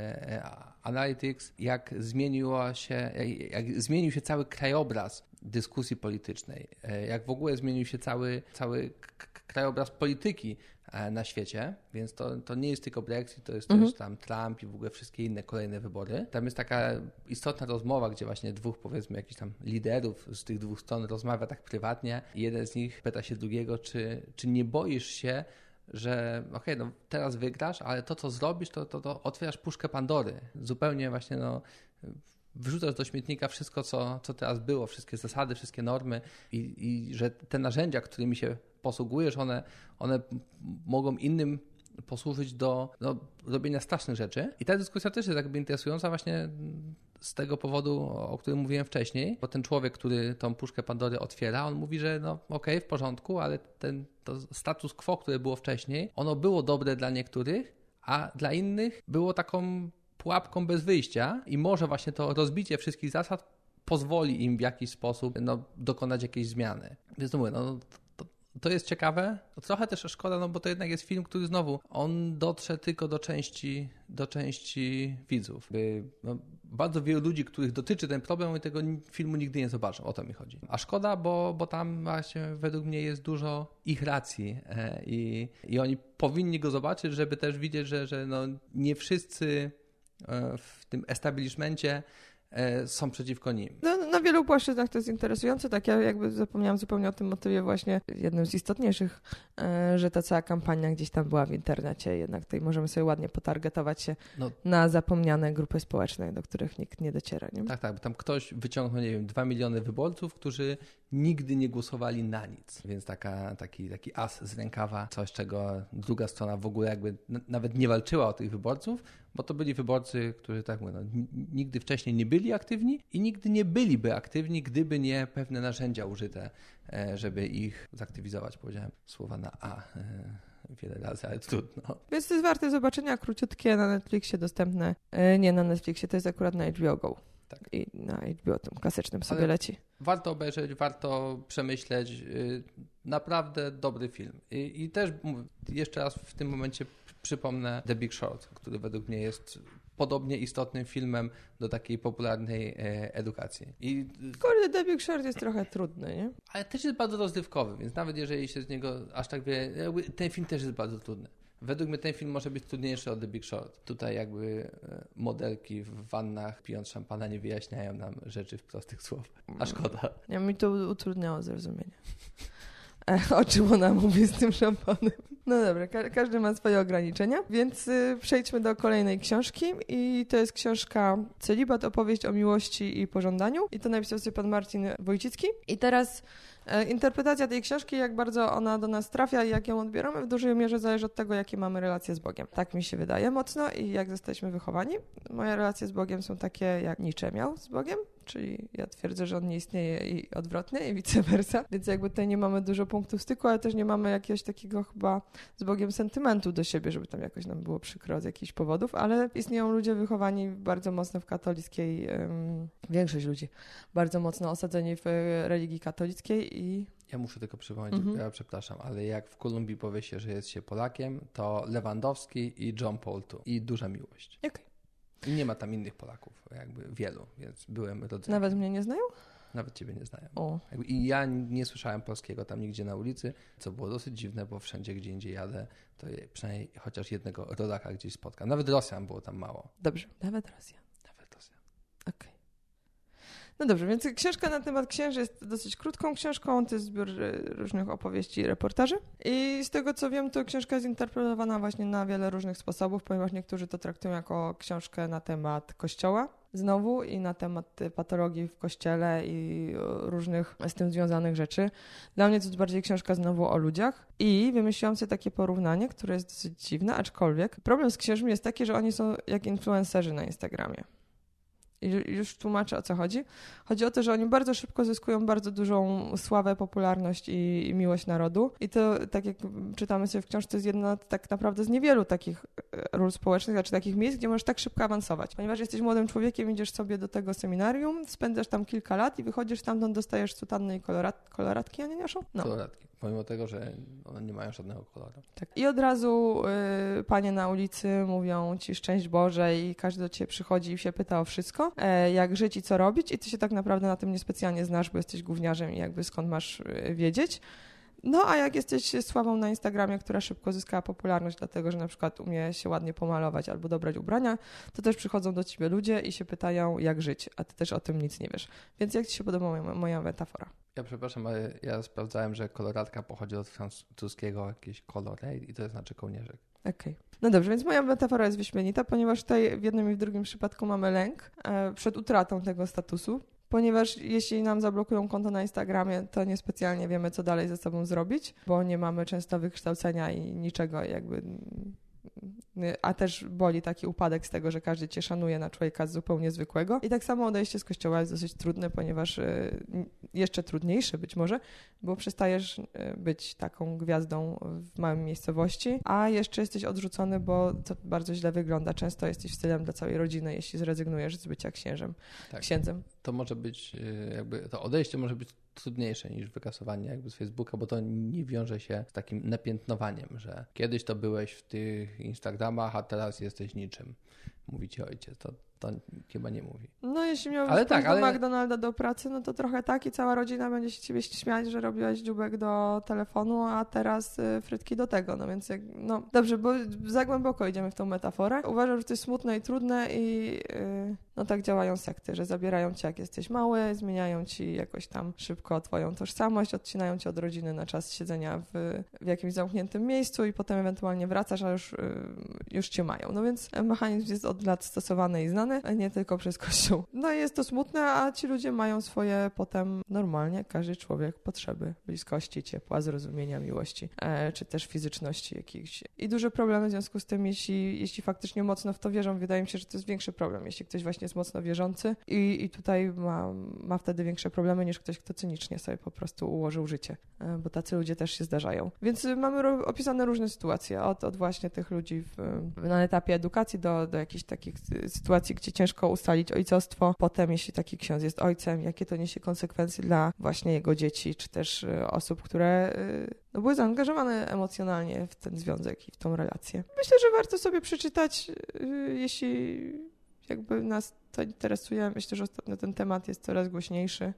Analytics, jak zmieniła się, jak, jak zmienił się cały krajobraz dyskusji politycznej, jak w ogóle zmienił się cały, cały krajobraz polityki na świecie, więc to, to nie jest tylko Brexit, to jest mhm. też tam Trump i w ogóle wszystkie inne kolejne wybory. Tam jest taka istotna rozmowa, gdzie właśnie dwóch, powiedzmy, jakichś tam liderów z tych dwóch stron rozmawia tak prywatnie i jeden z nich pyta się drugiego, czy, czy nie boisz się, że okej, okay, no teraz wygrasz, ale to, co zrobisz, to, to, to otwierasz puszkę Pandory. Zupełnie właśnie, no wrzucasz do śmietnika wszystko, co, co teraz było, wszystkie zasady, wszystkie normy i, i że te narzędzia, którymi się posługujesz, one, one mogą innym posłużyć do no, robienia strasznych rzeczy. I ta dyskusja też jest jakby interesująca właśnie z tego powodu, o którym mówiłem wcześniej, bo ten człowiek, który tą puszkę Pandory otwiera, on mówi, że no okej, okay, w porządku, ale ten to status quo, które było wcześniej, ono było dobre dla niektórych, a dla innych było taką pułapką bez wyjścia i może właśnie to rozbicie wszystkich zasad pozwoli im w jakiś sposób no, dokonać jakiejś zmiany. Więc to mówię, no, to, to jest ciekawe. Trochę też szkoda, no bo to jednak jest film, który znowu, on dotrze tylko do części, do części widzów. By, no, bardzo wielu ludzi, których dotyczy ten problem, i tego filmu nigdy nie zobaczą. O to mi chodzi. A szkoda, bo, bo tam właśnie według mnie jest dużo ich racji e, i, i oni powinni go zobaczyć, żeby też widzieć, że, że no, nie wszyscy e, w tym establishmencie są przeciwko nim. No, na wielu płaszczyznach to jest interesujące, tak ja jakby zapomniałam zupełnie o tym motywie właśnie jednym z istotniejszych, że ta cała kampania gdzieś tam była w internecie, jednak tutaj możemy sobie ładnie potargetować się no. na zapomniane grupy społeczne, do których nikt nie dociera. Nie? Tak, tak, bo tam ktoś wyciągnął, nie wiem, dwa miliony wyborców, którzy nigdy nie głosowali na nic, więc taka, taki, taki as z rękawa, coś czego druga strona w ogóle jakby n- nawet nie walczyła o tych wyborców, bo to byli wyborcy, którzy tak mówią, no, nigdy wcześniej nie byli aktywni i nigdy nie byliby aktywni, gdyby nie pewne narzędzia użyte, żeby ich zaktywizować. Powiedziałem słowa na A wiele razy, ale trudno. Więc to jest warte zobaczenia, króciutkie, na Netflixie dostępne. Nie na Netflixie, to jest akurat na H B O Go. Tak. I na H B O tym klasycznym sobie ale leci. Warto obejrzeć, warto przemyśleć. Naprawdę dobry film. I, i też mówię, jeszcze raz w tym momencie przypomnę The Big Short, który według mnie jest podobnie istotnym filmem do takiej popularnej e, edukacji. I, Kurde, The Big Short jest trochę trudny, nie? Ale też jest bardzo rozrywkowy, więc nawet jeżeli się z niego aż tak wie, ten film też jest bardzo trudny. Według mnie ten film może być trudniejszy od The Big Short. Tutaj jakby modelki w wannach pijąc szampana nie wyjaśniają nam rzeczy w prostych słowach. A szkoda. Ja, mi to utrudniało zrozumienie. O czym ona mówi z tym szampanem. No dobra, ka- każdy ma swoje ograniczenia, więc y, przejdźmy do kolejnej książki i to jest książka Celibat, opowieść o miłości i pożądaniu i to napisał sobie pan Marcin Wojcicki. I teraz e, interpretacja tej książki, jak bardzo ona do nas trafia i jak ją odbieramy, w dużej mierze zależy od tego, jakie mamy relacje z Bogiem. Tak mi się wydaje mocno i jak zostaliśmy wychowani. Moje relacje z Bogiem są takie, jak Nietzsche miał z Bogiem, czyli ja twierdzę, że on nie istnieje i odwrotnie i vice versa, więc jakby tutaj nie mamy dużo punktów styku, ale też nie mamy jakiegoś takiego chyba z Bogiem sentymentu do siebie, żeby tam jakoś nam było przykro z jakichś powodów, ale istnieją ludzie wychowani bardzo mocno w katolickiej, um, większość ludzi bardzo mocno osadzeni w religii katolickiej i... Ja muszę tylko przypomnieć, mhm. ja przepraszam, ale jak w Kolumbii powie się, że jest się Polakiem, to Lewandowski i John Paul II i duża miłość. Okej. Okay. I nie ma tam innych Polaków, jakby wielu, więc byłem rodzynem. Nawet mnie nie znają? Nawet ciebie nie znają. O. I ja nie słyszałem polskiego tam nigdzie na ulicy, co było dosyć dziwne, bo wszędzie, gdzie indziej jadę, to przynajmniej chociaż jednego rodaka gdzieś spotkam. Nawet Rosjan było tam mało. Dobrze, nawet Rosjan. Nawet Rosjan. Okej. Okay. No dobrze, więc książka na temat księży jest dosyć krótką książką, to jest zbiór różnych opowieści i reportaży. I z tego co wiem, to książka jest interpretowana właśnie na wiele różnych sposobów, ponieważ niektórzy to traktują jako książkę na temat Kościoła znowu i na temat patologii w Kościele i różnych z tym związanych rzeczy. Dla mnie to jest bardziej książka znowu o ludziach i wymyśliłam sobie takie porównanie, które jest dosyć dziwne, aczkolwiek problem z księżmi jest taki, że oni są jak influencerzy na Instagramie. I już tłumaczę, o co chodzi. Chodzi o to, że oni bardzo szybko zyskują bardzo dużą sławę, popularność i, i miłość narodu. I to, tak jak czytamy sobie w książce, jest jedna tak naprawdę z niewielu takich ról społecznych, znaczy takich miejsc, gdzie możesz tak szybko awansować. Ponieważ jesteś młodym człowiekiem, idziesz sobie do tego seminarium, spędzasz tam kilka lat i wychodzisz stamtąd, dostajesz sutanny i kolorat, koloratki, a nie noszą? No. Koloratki. Pomimo tego, że one nie mają żadnego koloru. Tak. I od razu y, panie na ulicy mówią ci szczęść Boże i każdy do ciebie przychodzi i się pyta o wszystko, e, jak żyć i co robić i ty się tak naprawdę na tym niespecjalnie znasz, bo jesteś gówniarzem i jakby skąd masz y, wiedzieć. No a jak jesteś sławą na Instagramie, która szybko zyskała popularność, dlatego że na przykład umie się ładnie pomalować albo dobrać ubrania, to też przychodzą do ciebie ludzie i się pytają, jak żyć, a ty też o tym nic nie wiesz. Więc jak ci się podoba moja, moja metafora? Ja przepraszam, ale ja sprawdzałem, że koloratka pochodzi od francuskiego jakieś colorade i to znaczy kołnierzyk. Okej. Okay. No dobrze, więc moja metafora jest wyśmienita, ponieważ tutaj w jednym i w drugim przypadku mamy lęk e, przed utratą tego statusu. Ponieważ jeśli nam zablokują konto na Instagramie, to niespecjalnie wiemy, co dalej ze sobą zrobić, bo nie mamy często wykształcenia i niczego jakby a też boli taki upadek z tego, że każdy cię szanuje na człowieka zupełnie zwykłego. I tak samo odejście z kościoła jest dosyć trudne, ponieważ jeszcze trudniejsze być może, bo przestajesz być taką gwiazdą w małej miejscowości, a jeszcze jesteś odrzucony, bo to bardzo źle wygląda. Często jesteś wstydem dla całej rodziny, jeśli zrezygnujesz z bycia księżem, tak. księdzem. To może być jakby, to odejście może być trudniejsze niż wykasowanie jakby z Facebooka, bo to nie wiąże się z takim napiętnowaniem, że kiedyś to byłeś w tych Instagramach, a teraz jesteś niczym. Mówi ci ojciec. To, to chyba nie mówi. No jeśli miałbyś pójść tak, do ale... McDonalda do pracy, no to trochę tak i cała rodzina będzie się ciebie śmiać, że robiłaś dziubek do telefonu, a teraz y, frytki do tego. No więc jak, no dobrze, bo za głęboko idziemy w tą metaforę. Uważam, że to jest smutne i trudne i y, no tak działają sekty, że zabierają cię jak jesteś mały, zmieniają ci jakoś tam szybko twoją tożsamość, odcinają cię od rodziny na czas siedzenia w, w jakimś zamkniętym miejscu i potem ewentualnie wracasz, a już, y, już cię mają. No więc mechanizm jest od lat stosowany i znany, nie tylko przez Kościół. No i jest to smutne, a ci ludzie mają swoje potem normalnie, każdy człowiek, potrzeby bliskości, ciepła, zrozumienia, miłości, e, czy też fizyczności jakichś. I duże problemy w związku z tym, jeśli, jeśli faktycznie mocno w to wierzą, wydaje mi się, że to jest większy problem, jeśli ktoś właśnie jest mocno wierzący i, i tutaj ma, ma wtedy większe problemy niż ktoś, kto cynicznie sobie po prostu ułożył życie, e, bo tacy ludzie też się zdarzają. Więc mamy ro- opisane różne sytuacje, od, od właśnie tych ludzi w, na etapie edukacji do, do jakichś takich sytuacji, gdzie ciężko ustalić ojcostwo. Potem, jeśli taki ksiądz jest ojcem, jakie to niesie konsekwencje dla właśnie jego dzieci, czy też osób, które no, były zaangażowane emocjonalnie w ten związek i w tą relację. Myślę, że warto sobie przeczytać, jeśli jakby nas to interesuje. Myślę, że ostatnio ten temat jest coraz głośniejszy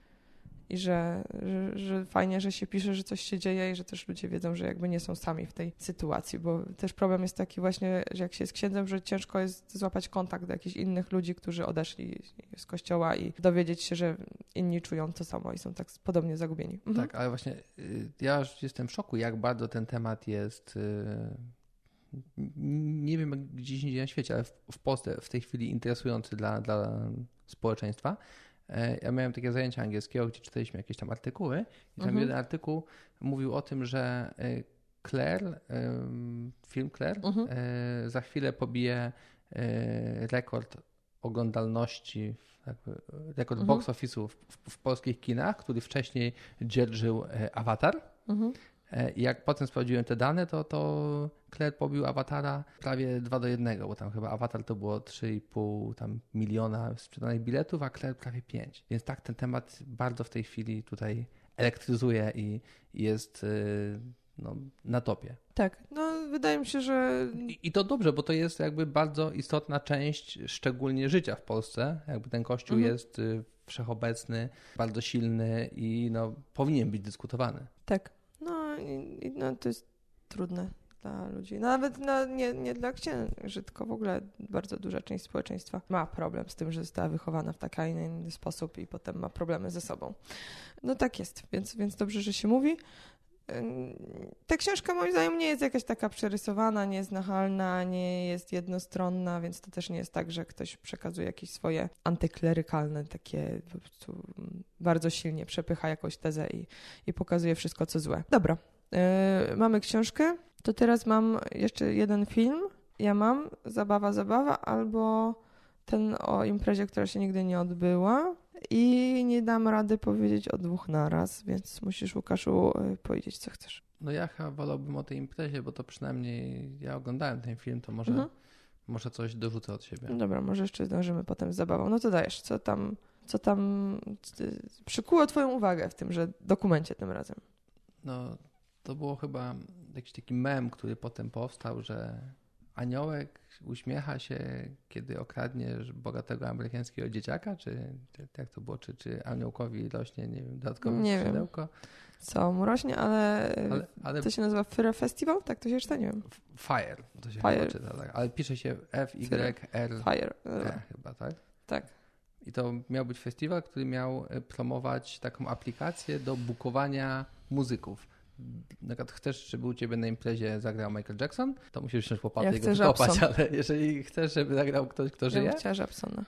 i że, że, że fajnie, że się pisze, że coś się dzieje i że też ludzie wiedzą, że jakby nie są sami w tej sytuacji, bo też problem jest taki właśnie, że jak się jest księdzem, że ciężko jest złapać kontakt do jakichś innych ludzi, którzy odeszli z kościoła i dowiedzieć się, że inni czują to samo i są tak podobnie zagubieni. Mhm. Tak, ale właśnie ja już jestem w szoku, jak bardzo ten temat jest... nie wiem jak gdzieś indziej na świecie, ale w Polsce w tej chwili interesujący dla, dla społeczeństwa. Ja miałem takie zajęcia angielskiego, gdzie czytaliśmy jakieś tam artykuły i tam mhm. jeden artykuł mówił o tym, że Claire, film Claire mhm. za chwilę pobije rekord oglądalności, jakby rekord mhm. box office'u w, w, w polskich kinach, który wcześniej dzierżył Avatar. Mhm. I jak potem sprawdziłem te dane, to, to Claire pobił Awatara prawie dwa do jednego, bo tam chyba Avatar to było trzy i pół tam miliona sprzedanych biletów, a Claire prawie pięć. Więc tak ten temat bardzo w tej chwili tutaj elektryzuje i, i jest no, na topie. Tak, no wydaje mi się, że... I, I to dobrze, bo to jest jakby bardzo istotna część szczególnie życia w Polsce. Jakby ten kościół mhm. jest wszechobecny, bardzo silny i no, powinien być dyskutowany. Tak. No, i, no to jest trudne dla ludzi. No, nawet no, nie, nie dla księży, tylko w ogóle bardzo duża część społeczeństwa ma problem z tym, że została wychowana w taki, a inny sposób i potem ma problemy ze sobą. No tak jest, więc, więc dobrze, że się mówi. Ta książka moim zdaniem nie jest jakaś taka przerysowana, nie jest nachalna, nie jest jednostronna, więc to też nie jest tak, że ktoś przekazuje jakieś swoje antyklerykalne, takie po prostu bardzo silnie przepycha jakąś tezę i, i pokazuje wszystko, co złe. Dobra, yy, mamy książkę, to teraz mam jeszcze jeden film. Ja mam Zabawa, zabawa albo ten o imprezie, która się nigdy nie odbyła. I nie dam rady powiedzieć o dwóch naraz, więc musisz, Łukaszu, powiedzieć, co chcesz. No ja chyba wolałbym o tej imprezie, bo to przynajmniej ja oglądałem ten film, to może, mhm. może coś dorzucę od siebie. No dobra, może jeszcze zdążymy potem z zabawą. No to dajesz, co tam, co tam przykuło twoją uwagę w tymże dokumencie tym razem? No to było chyba jakiś taki mem, który potem powstał, że aniołek uśmiecha się, kiedy okradnie bogatego amerykańskiego dzieciaka, czy, czy jak to było, czy, czy aniołkowi rośnie, nie wiem, dodatkowe nie skrzydełko? Wiem, co mu rośnie, ale, ale, ale to się nazywa Fyre Festival? Tak to się czyta? Nie wiem. Fire, to się Fire. chyba czyta, tak. Ale pisze się F Y R Fire. E chyba, tak? Tak. I to miał być festiwal, który miał promować taką aplikację do bookowania muzyków. Na przykład chcesz, żeby u ciebie na imprezie zagrał Michael Jackson, to musisz wziąć łopatę ja i go wykopać, ale jeżeli chcesz, żeby zagrał ktoś, kto żyje... Ja bym chciała Japsona.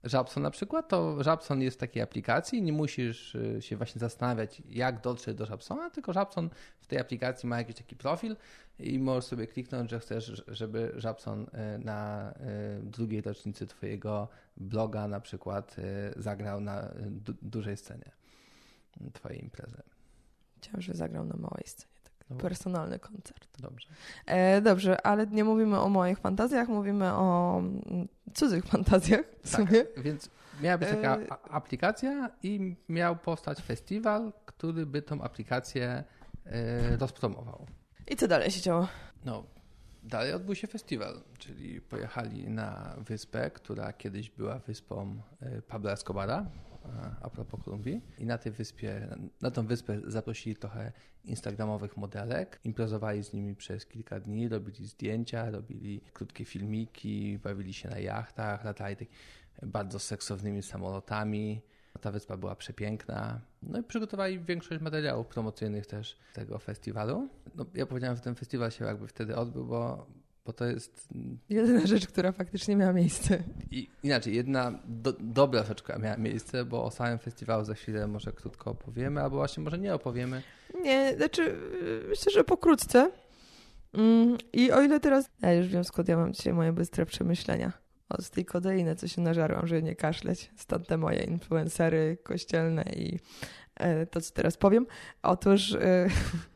Żabson na przykład, to Żabson jest w takiej aplikacji, nie musisz się właśnie zastanawiać, jak dotrzeć do Żabsona, tylko Żabson w tej aplikacji ma jakiś taki profil i możesz sobie kliknąć, że chcesz, żeby Żabson na drugiej rocznicy twojego bloga na przykład zagrał na du- dużej scenie twojej imprezy. Chciałam, że zagrał na małej scenie. No, personalny koncert. Dobrze. E, dobrze, ale nie mówimy o moich fantazjach, mówimy o mm, cudzych fantazjach w Tak, sumie. więc miała być taka E... a- aplikacja i miał powstać festiwal, który by tą aplikację e, rozpromował. I co dalej się działo? No, dalej odbył się festiwal, czyli pojechali na wyspę, która kiedyś była wyspą e, Pablo Escobara, a propos Kolumbii. I na tej wyspie, na tą wyspę zaprosili trochę instagramowych modelek. Imprezowali z nimi przez kilka dni, robili zdjęcia, robili krótkie filmiki, bawili się na jachtach, latali tak bardzo seksownymi samolotami. Ta wyspa była przepiękna. No i przygotowali większość materiałów promocyjnych też tego festiwalu. No, ja powiedziałem, że ten festiwal się jakby wtedy odbył, bo bo to jest... Jedyna rzecz, która faktycznie miała miejsce. I inaczej, jedna do, dobra rzecz, która miała miejsce, bo o samym festiwalu za chwilę może krótko opowiemy, albo właśnie może nie opowiemy. Nie, znaczy myślę, że pokrótce. Mm, I o ile teraz... Ja już wiem, skąd ja mam dzisiaj moje bystre przemyślenia. O, z tej kodeiny, co się nażarłam, żeby nie kaszleć. Stąd te moje influencery kościelne i e, to, co teraz powiem. Otóż... E,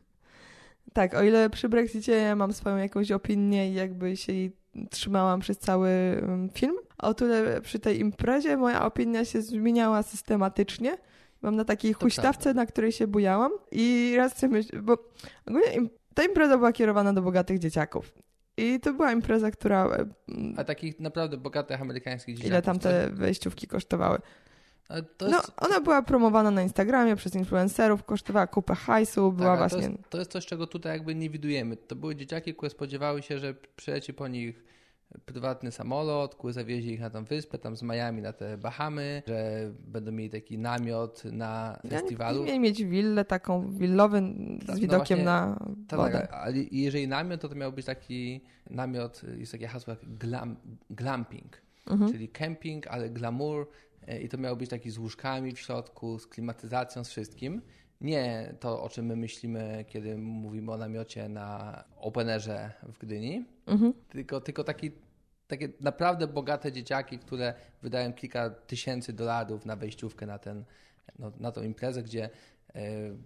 Tak, o ile przy Brexicie ja mam swoją jakąś opinię i jakby się jej trzymałam przez cały film, o tyle przy tej imprezie moja opinia się zmieniała systematycznie. Mam na takiej huśtawce, na której się bujałam i raz sobie myślę, bo ogólnie im, ta impreza była kierowana do bogatych dzieciaków. I to była impreza, która... A takich naprawdę bogatych amerykańskich dzieciaków. Ile tam te wejściówki kosztowały? To jest... No, ona była promowana na Instagramie przez influencerów, kosztowała kupę hajsu, była tak, właśnie... To jest, to jest coś, czego tutaj jakby nie widujemy. To były dzieciaki, które spodziewały się, że przyleci po nich prywatny samolot, który zawiezie ich na tą wyspę, tam z Miami na te Bahamy, że będą mieli taki namiot na festiwalu. Ja mieli mieć willę taką, willowy z tak, widokiem no właśnie, na wodę. Tak, ale jeżeli namiot, to to miał być taki namiot, jest takie hasło jak glam, glamping, mhm. czyli camping, ale glamour. I to miało być taki z łóżkami w środku, z klimatyzacją, z wszystkim. Nie to, o czym my myślimy, kiedy mówimy o namiocie na Openerze w Gdyni, mhm. tylko, tylko taki, takie naprawdę bogate dzieciaki, które wydają kilka tysięcy dolarów na wejściówkę na, ten, no, na tą imprezę, gdzie y,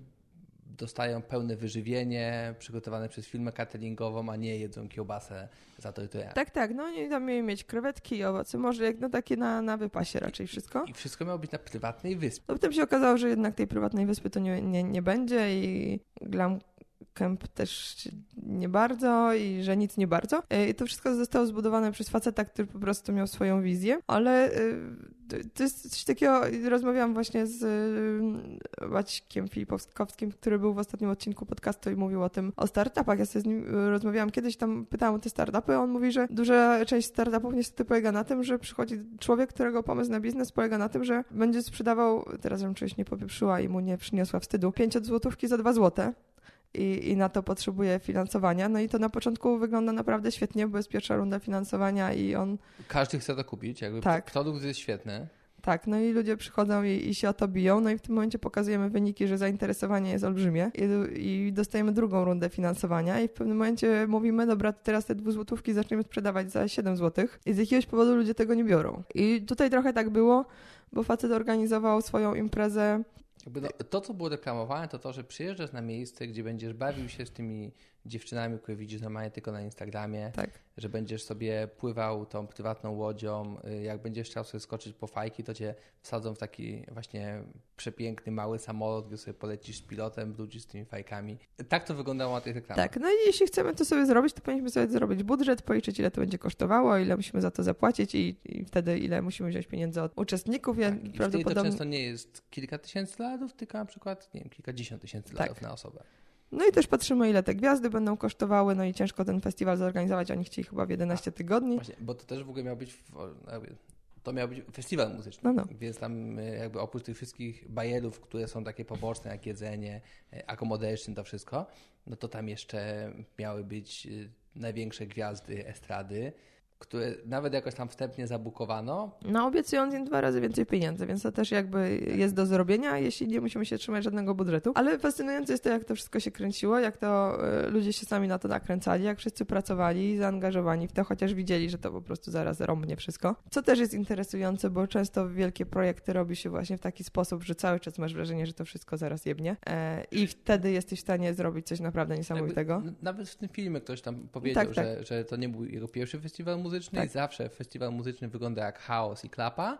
dostają pełne wyżywienie przygotowane przez firmę cateringową, a nie jedzą kiełbasę za to i to ja. Tak, tak. No oni tam mieli mieć krewetki i owoce, może jak no takie na, na wypasie raczej wszystko. I wszystko miało być na prywatnej wyspie. No potem się okazało, że jednak tej prywatnej wyspy to nie, nie, nie będzie i glam camp też nie bardzo i że nic nie bardzo. I to wszystko zostało zbudowane przez faceta, który po prostu miał swoją wizję, ale to jest coś takiego, rozmawiałam właśnie z Maćkiem Filipowskim, który był w ostatnim odcinku podcastu i mówił o tym, o startupach. Ja sobie z nim rozmawiałam kiedyś, tam pytałam o te startupy, on mówi, że duża część startupów niestety polega na tym, że przychodzi człowiek, którego pomysł na biznes polega na tym, że będzie sprzedawał, teraz żebym czegoś nie popieprzyła i mu nie przyniosła wstydu, pięćset złotówki za dwa złote. I, I na to potrzebuje finansowania. No i to na początku wygląda naprawdę świetnie, bo jest pierwsza runda finansowania i on... Każdy chce to kupić, jakby tak. Produkt jest świetny. Tak, no i ludzie przychodzą i, i się o to biją, no i w tym momencie pokazujemy wyniki, że zainteresowanie jest olbrzymie i, i dostajemy drugą rundę finansowania i w pewnym momencie mówimy, dobra, teraz te dwuzłotówki zaczniemy sprzedawać za siedem złotych i z jakiegoś powodu ludzie tego nie biorą. I tutaj trochę tak było, bo facet organizował swoją imprezę. Jakby no, to, co było reklamowane, to to, że przyjeżdżasz na miejsce, gdzie będziesz bawił się z tymi dziewczynami, które widzisz normalnie tylko na Instagramie, tak. że będziesz sobie pływał tą prywatną łodzią, jak będziesz chciał sobie skoczyć po fajki, to cię wsadzą w taki właśnie przepiękny, mały samolot, gdzie sobie polecisz z pilotem, wrócisz z tymi fajkami. Tak to wyglądało na tych reklamach. Tak, no i jeśli chcemy to sobie zrobić, to powinniśmy sobie zrobić budżet, policzyć, ile to będzie kosztowało, ile musimy za to zapłacić i, i wtedy ile musimy wziąć pieniędzy od uczestników. Ja tak, i prawdopodobnie... wtedy to często nie jest kilka tysięcy dolarów, tylko na przykład, nie wiem, kilkadziesiąt tysięcy dolarów tak. na osobę. No i też patrzymy, ile te gwiazdy będą kosztowały, no i ciężko ten festiwal zorganizować, oni chcieli chyba w jedenaście tygodni. Właśnie, bo to też w ogóle miał być, to miał być festiwal muzyczny, no, no. Więc tam jakby oprócz tych wszystkich bajerów, które są takie poboczne, jak jedzenie, accommodation, to wszystko, no to tam jeszcze miały być największe gwiazdy estrady, które nawet jakoś tam wstępnie zabukowano. No obiecując im dwa razy więcej pieniędzy, więc to też jakby jest do zrobienia, jeśli nie musimy się trzymać żadnego budżetu. Ale fascynujące jest to, jak to wszystko się kręciło, jak to y, ludzie się sami na to nakręcali, jak wszyscy pracowali, zaangażowani w to, chociaż widzieli, że to po prostu zaraz rąbnie wszystko. Co też jest interesujące, bo często wielkie projekty robi się właśnie w taki sposób, że cały czas masz wrażenie, że to wszystko zaraz jebnie e, i wtedy jesteś w stanie zrobić coś naprawdę niesamowitego. Jakby, nawet w tym filmie ktoś tam powiedział, tak, że, tak. że to nie był jego pierwszy festiwal muzyczny tak. i zawsze festiwal muzyczny wygląda jak chaos i klapa,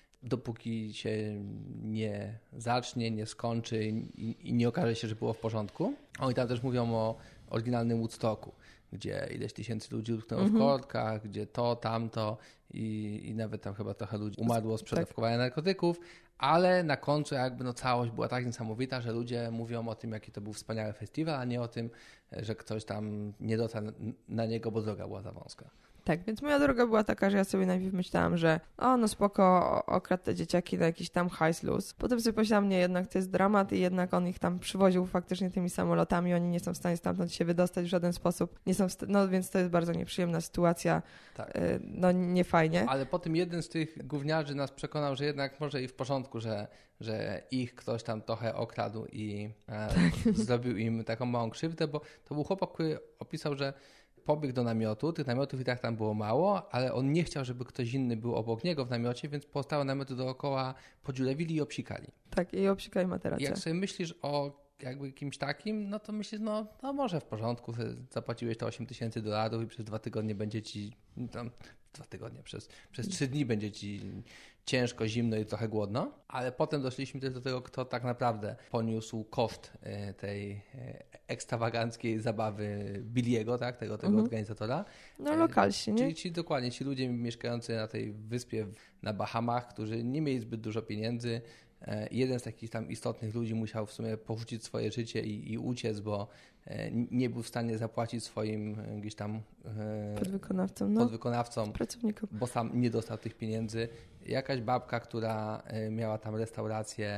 dopóki się nie zacznie, nie skończy i, i nie okaże się, że było w porządku. Oni tam też mówią o oryginalnym Woodstocku, gdzie ileś tysięcy ludzi utknęło mm-hmm. w korkach, gdzie to, tamto i, i nawet tam chyba trochę ludzi umarło z przedawkowania tak. narkotyków, ale na końcu jakby no całość była tak niesamowita, że ludzie mówią o tym, jaki to był wspaniały festiwal, a nie o tym, że ktoś tam nie dotarł na niego, bo droga była za wąska. Tak, więc moja droga była taka, że ja sobie najpierw myślałam, że o, no spoko, okradł te dzieciaki na jakiś tam hajs luz. Potem sobie pomyślałam, nie, jednak to jest dramat i jednak on ich tam przywoził faktycznie tymi samolotami, oni nie są w stanie stamtąd się wydostać w żaden sposób. Nie są st- no więc to jest bardzo nieprzyjemna sytuacja, tak. y, no nie fajnie. Ale potem jeden z tych gówniarzy nas przekonał, że jednak może i w porządku, że, że ich ktoś tam trochę okradł i e, tak. zrobił im taką małą krzywdę, bo to był chłopak, który opisał, że pobiegł do namiotu, tych namiotów i tak tam było mało, ale on nie chciał, żeby ktoś inny był obok niego w namiocie, więc pozostałe namioty dookoła podziurewili i obsikali. Tak, i obsikali materację. Jak sobie myślisz o jakby kimś takim, no to myślisz, no, no może w porządku, zapłaciłeś to osiem tysięcy dolarów i przez dwa tygodnie będzie ci, tam, dwa tygodnie, przez, przez trzy dni będzie ci ciężko, zimno i trochę głodno, ale potem doszliśmy też do tego, kto tak naprawdę poniósł koszt tej ekstrawaganckiej zabawy Billiego, tak, tego, tego mhm. organizatora. No lokalsi, nie? Czyli ci dokładnie, ci ludzie mieszkający na tej wyspie na Bahamach, którzy nie mieli zbyt dużo pieniędzy. Jeden z takich tam istotnych ludzi musiał w sumie porzucić swoje życie i, i uciec, bo nie był w stanie zapłacić swoim gdzieś tam podwykonawcom, no, podwykonawcom pracownikom, bo sam nie dostał tych pieniędzy. Jakaś babka, która miała tam restaurację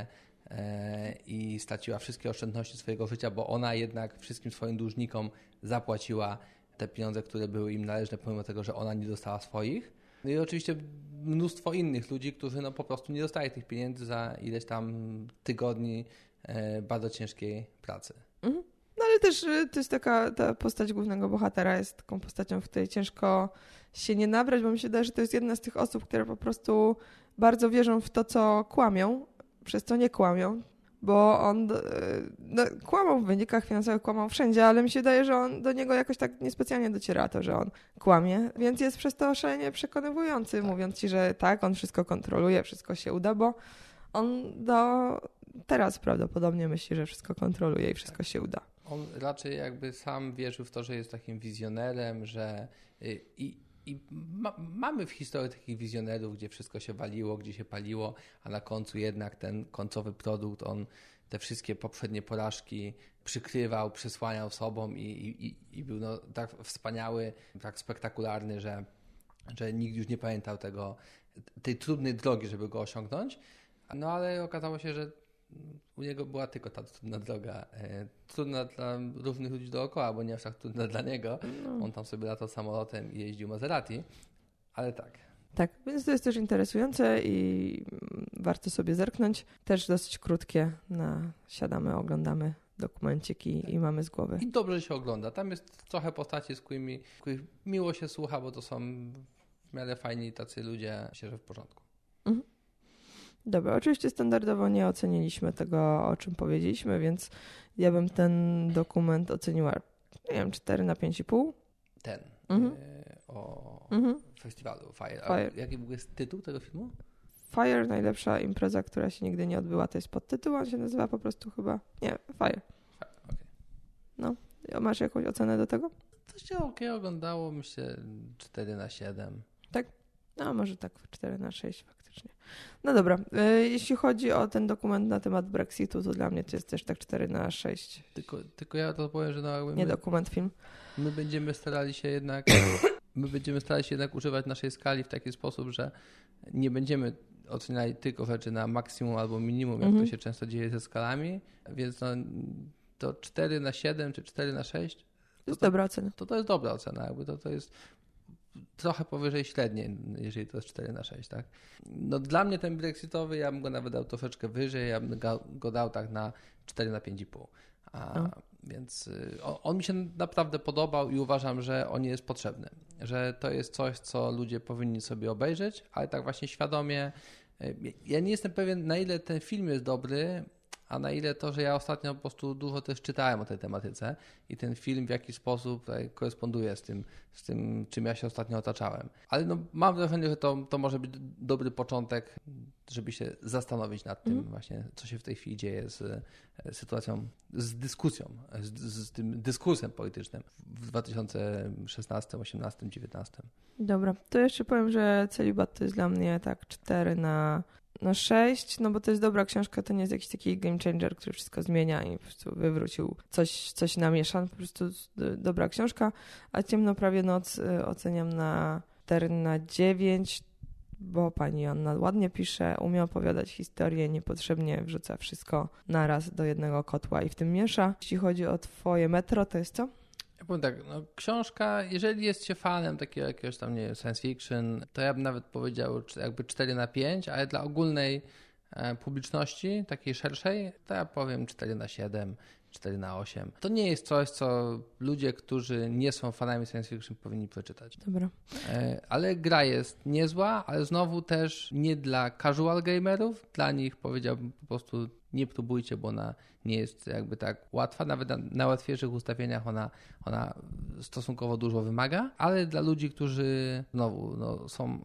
i straciła wszystkie oszczędności swojego życia, bo ona jednak wszystkim swoim dłużnikom zapłaciła te pieniądze, które były im należne, pomimo tego, że ona nie dostała swoich. No i oczywiście mnóstwo innych ludzi, którzy no po prostu nie dostali tych pieniędzy za ileś tam tygodni e, bardzo ciężkiej pracy. Mhm. No ale też to jest taka, ta postać głównego bohatera jest taką postacią, w której ciężko się nie nabrać, bo mi się wydaje, że to jest jedna z tych osób, które po prostu bardzo wierzą w to, co kłamią, przez co nie kłamią, bo on no, kłamał w wynikach finansowych, kłamał wszędzie, ale mi się wydaje, że on do niego jakoś tak niespecjalnie dociera to, że on kłamie, więc jest przez to szalenie przekonywujący, tak. mówiąc ci, że tak, on wszystko kontroluje, wszystko się uda, bo on do teraz prawdopodobnie myśli, że wszystko kontroluje i wszystko tak. się uda. On raczej jakby sam wierzył w to, że jest takim wizjonerem, że i I ma, mamy w historii takich wizjonerów, gdzie wszystko się waliło, gdzie się paliło, a na końcu jednak ten końcowy produkt, on te wszystkie poprzednie porażki przykrywał, przysłaniał sobą i, i, i był no, tak wspaniały, tak spektakularny, że, że nikt już nie pamiętał tego, tej trudnej drogi, żeby go osiągnąć. No ale okazało się, że u niego była tylko ta trudna droga. Trudna dla różnych ludzi dookoła, bo nie aż tak trudna dla niego. No. On tam sobie latał samolotem i jeździł Maserati, ale tak. Tak, więc to jest też interesujące i warto sobie zerknąć. Też dosyć krótkie. Na, siadamy, oglądamy dokumencik i, tak. i mamy z głowy. I dobrze się ogląda. Tam jest trochę postaci, z którymi, z których miło się słucha, bo to są w miarę fajni tacy ludzie, myślę, że w porządku. Mhm. Dobra, oczywiście standardowo nie oceniliśmy tego, o czym powiedzieliśmy, więc ja bym ten dokument oceniła, nie wiem, cztery na pięć i pół. Ten, mhm. yy, o mhm. festiwalu Fire. Fire. A jaki był tytuł tego filmu? Fire, najlepsza impreza, która się nigdy nie odbyła, to jest podtytuł, on się nazywa po prostu chyba, nie, Fire. Fire, okej. Okay. No, masz jakąś ocenę do tego? To się okej okay oglądało, myślę cztery na siedem. Tak? No, może tak cztery na sześć faktycznie. No dobra, jeśli chodzi o ten dokument na temat Brexitu, to dla mnie to jest też tak cztery na sześć. Tylko, tylko ja to powiem, że no jakby nie my, dokument, film. My będziemy starali się jednak my będziemy starali się jednak używać naszej skali w taki sposób, że nie będziemy oceniali tylko rzeczy na maksimum albo minimum, jak mm-hmm. to się często dzieje ze skalami, więc no, to cztery na siedem czy cztery na sześć to jest to, dobra ocena. To, to jest dobra ocena, jakby to, to jest trochę powyżej średniej, jeżeli to jest cztery na sześć, tak? No dla mnie ten brexitowy, ja bym go nawet dał troszeczkę wyżej, ja bym go, go dał tak na cztery na pięć i pół. A, no. Więc on, on mi się naprawdę podobał i uważam, że on jest potrzebny. Że to jest coś, co ludzie powinni sobie obejrzeć, ale tak właśnie świadomie. Ja nie jestem pewien, na ile ten film jest dobry, a na ile to, że ja ostatnio po prostu dużo też czytałem o tej tematyce i ten film w jakiś sposób koresponduje z tym, z tym, czym ja się ostatnio otaczałem. Ale no, mam wrażenie, że to, to może być dobry początek, żeby się zastanowić nad tym mm. właśnie, co się w tej chwili dzieje z sytuacją, z dyskusją, z, z tym dyskursem politycznym w dwa tysiące szesnastym, osiemnastym, dziewiętnastym. Dobra, to jeszcze powiem, że Celibat to jest dla mnie tak cztery na sześć, no bo to jest dobra książka, to nie jest jakiś taki game changer, który wszystko zmienia i po prostu wywrócił coś, coś namieszan, po prostu dobra książka, a Ciemno prawie noc oceniam na cztery na dziewięć, bo pani Joanna ładnie pisze, umie opowiadać historię, niepotrzebnie wrzuca wszystko naraz do jednego kotła i w tym miesza. Jeśli chodzi o twoje metro, to jest co? Ja powiem tak, no, książka, jeżeli jest się fanem takiego jakiegoś tam, nie wiem, science fiction, to ja bym nawet powiedział jakby cztery na pięć, ale dla ogólnej e, publiczności, takiej szerszej, to ja powiem cztery na siedem, cztery na osiem. To nie jest coś, co ludzie, którzy nie są fanami science fiction, powinni przeczytać. Dobra. E, ale gra jest niezła, ale znowu też nie dla casual gamerów, dla nich powiedziałbym po prostu nie próbujcie, bo ona nie jest jakby tak łatwa, nawet na, na łatwiejszych ustawieniach ona, ona stosunkowo dużo wymaga, ale dla ludzi, którzy znowu no, są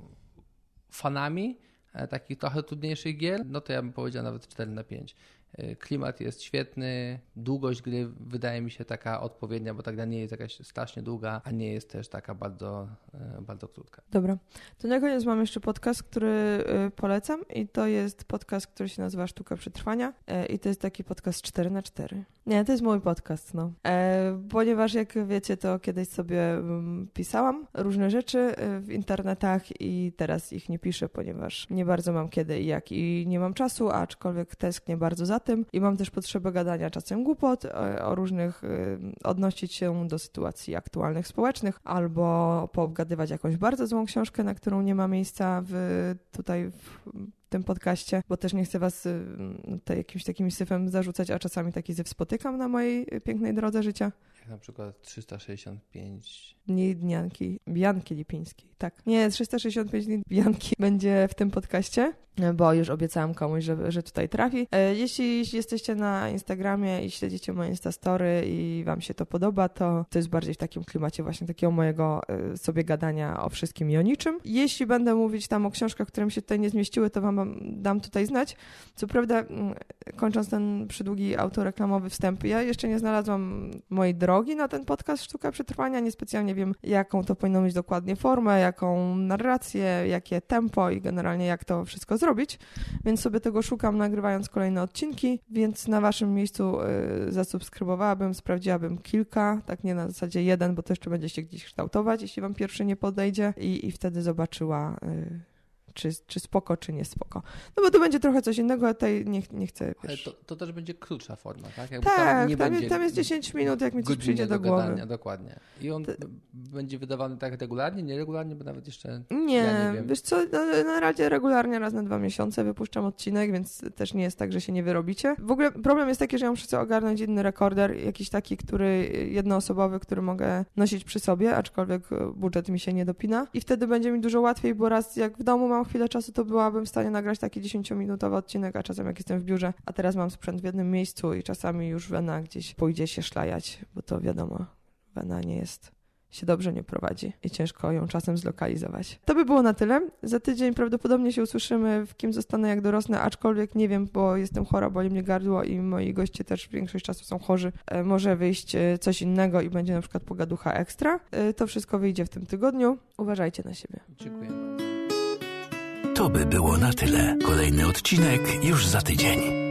fanami e, takich trochę trudniejszych gier, no to ja bym powiedział nawet cztery na pięć. Klimat jest świetny, długość gry wydaje mi się taka odpowiednia, bo ta gra nie jest jakaś strasznie długa, a nie jest też taka bardzo, bardzo krótka. Dobra. To na koniec mam jeszcze podcast, który polecam i to jest podcast, który się nazywa Sztuka Przetrwania i to jest taki podcast cztery na cztery. Nie, to jest mój podcast, no. E, ponieważ jak wiecie, to kiedyś sobie pisałam różne rzeczy w internetach i teraz ich nie piszę, ponieważ nie bardzo mam kiedy i jak i nie mam czasu, aczkolwiek tęsknię bardzo za tym i mam też potrzebę gadania czasem głupot o, o różnych, odnosić się do sytuacji aktualnych społecznych albo poobgadywać jakąś bardzo złą książkę, na którą nie ma miejsca w, tutaj w tym podcaście, bo też nie chcę was tutaj jakimś takim syfem zarzucać, a czasami taki syf spotykam na mojej pięknej drodze życia. Jak na przykład trzysta sześćdziesiąt pięć dni Bianki, Bianki Lipińskiej, tak. Nie, trzysta sześćdziesiąt pięć dni Bianki będzie w tym podcaście, bo już obiecałam komuś, że, że tutaj trafi. Jeśli jesteście na Instagramie i śledzicie moje Instastory i wam się to podoba, to to jest bardziej w takim klimacie właśnie takiego mojego sobie gadania o wszystkim i o niczym. Jeśli będę mówić tam o książkach, które mi się tutaj nie zmieściły, to wam dam tutaj znać. Co prawda, kończąc ten przydługi autoreklamowy wstęp, ja jeszcze nie znalazłam mojej drogi na ten podcast Sztuka Przetrwania. Niespecjalnie wiem, jaką to powinno mieć dokładnie formę, jaką narrację, jakie tempo i generalnie jak to wszystko zrobić, więc sobie tego szukam, nagrywając kolejne odcinki, więc na waszym miejscu y, zasubskrybowałabym, sprawdziłabym kilka, tak nie na zasadzie jeden, bo to jeszcze będzie się gdzieś kształtować, jeśli wam pierwszy nie podejdzie i, i wtedy zobaczyła y, Czy, czy spoko, czy nie spoko. No bo to będzie trochę coś innego, a tutaj nie, nie chcę... Ale to, to też będzie krótsza forma, tak? Jakby tak, tam, nie tam, będzie tam jest dziesięć minut, jak mi coś przyjdzie do, do głowy. Gadania, dokładnie. I on Te... będzie wydawany tak regularnie, nieregularnie, bo nawet jeszcze... Nie, ja nie wiem. Wiesz co, na, na razie regularnie raz na dwa miesiące wypuszczam odcinek, więc też nie jest tak, że się nie wyrobicie. W ogóle problem jest taki, że ja muszę sobie ogarnąć inny rekorder, jakiś taki, który jednoosobowy, który mogę nosić przy sobie, aczkolwiek budżet mi się nie dopina. I wtedy będzie mi dużo łatwiej, bo raz jak w domu mam chwilę czasu, to byłabym w stanie nagrać taki dziesięciominutowy odcinek, a czasem jak jestem w biurze, a teraz mam sprzęt w jednym miejscu i czasami już wena gdzieś pójdzie się szlajać, bo to wiadomo, wena nie jest, się dobrze nie prowadzi i ciężko ją czasem zlokalizować. To by było na tyle. Za tydzień prawdopodobnie się usłyszymy w Kim zostanę jak dorosnę, aczkolwiek nie wiem, bo jestem chora, boli mnie gardło i moi goście też większość czasu są chorzy. E, może wyjść coś innego i będzie na przykład pogaducha ekstra. E, to wszystko wyjdzie w tym tygodniu. Uważajcie na siebie. Dziękujemy. To by było na tyle. Kolejny odcinek już za tydzień.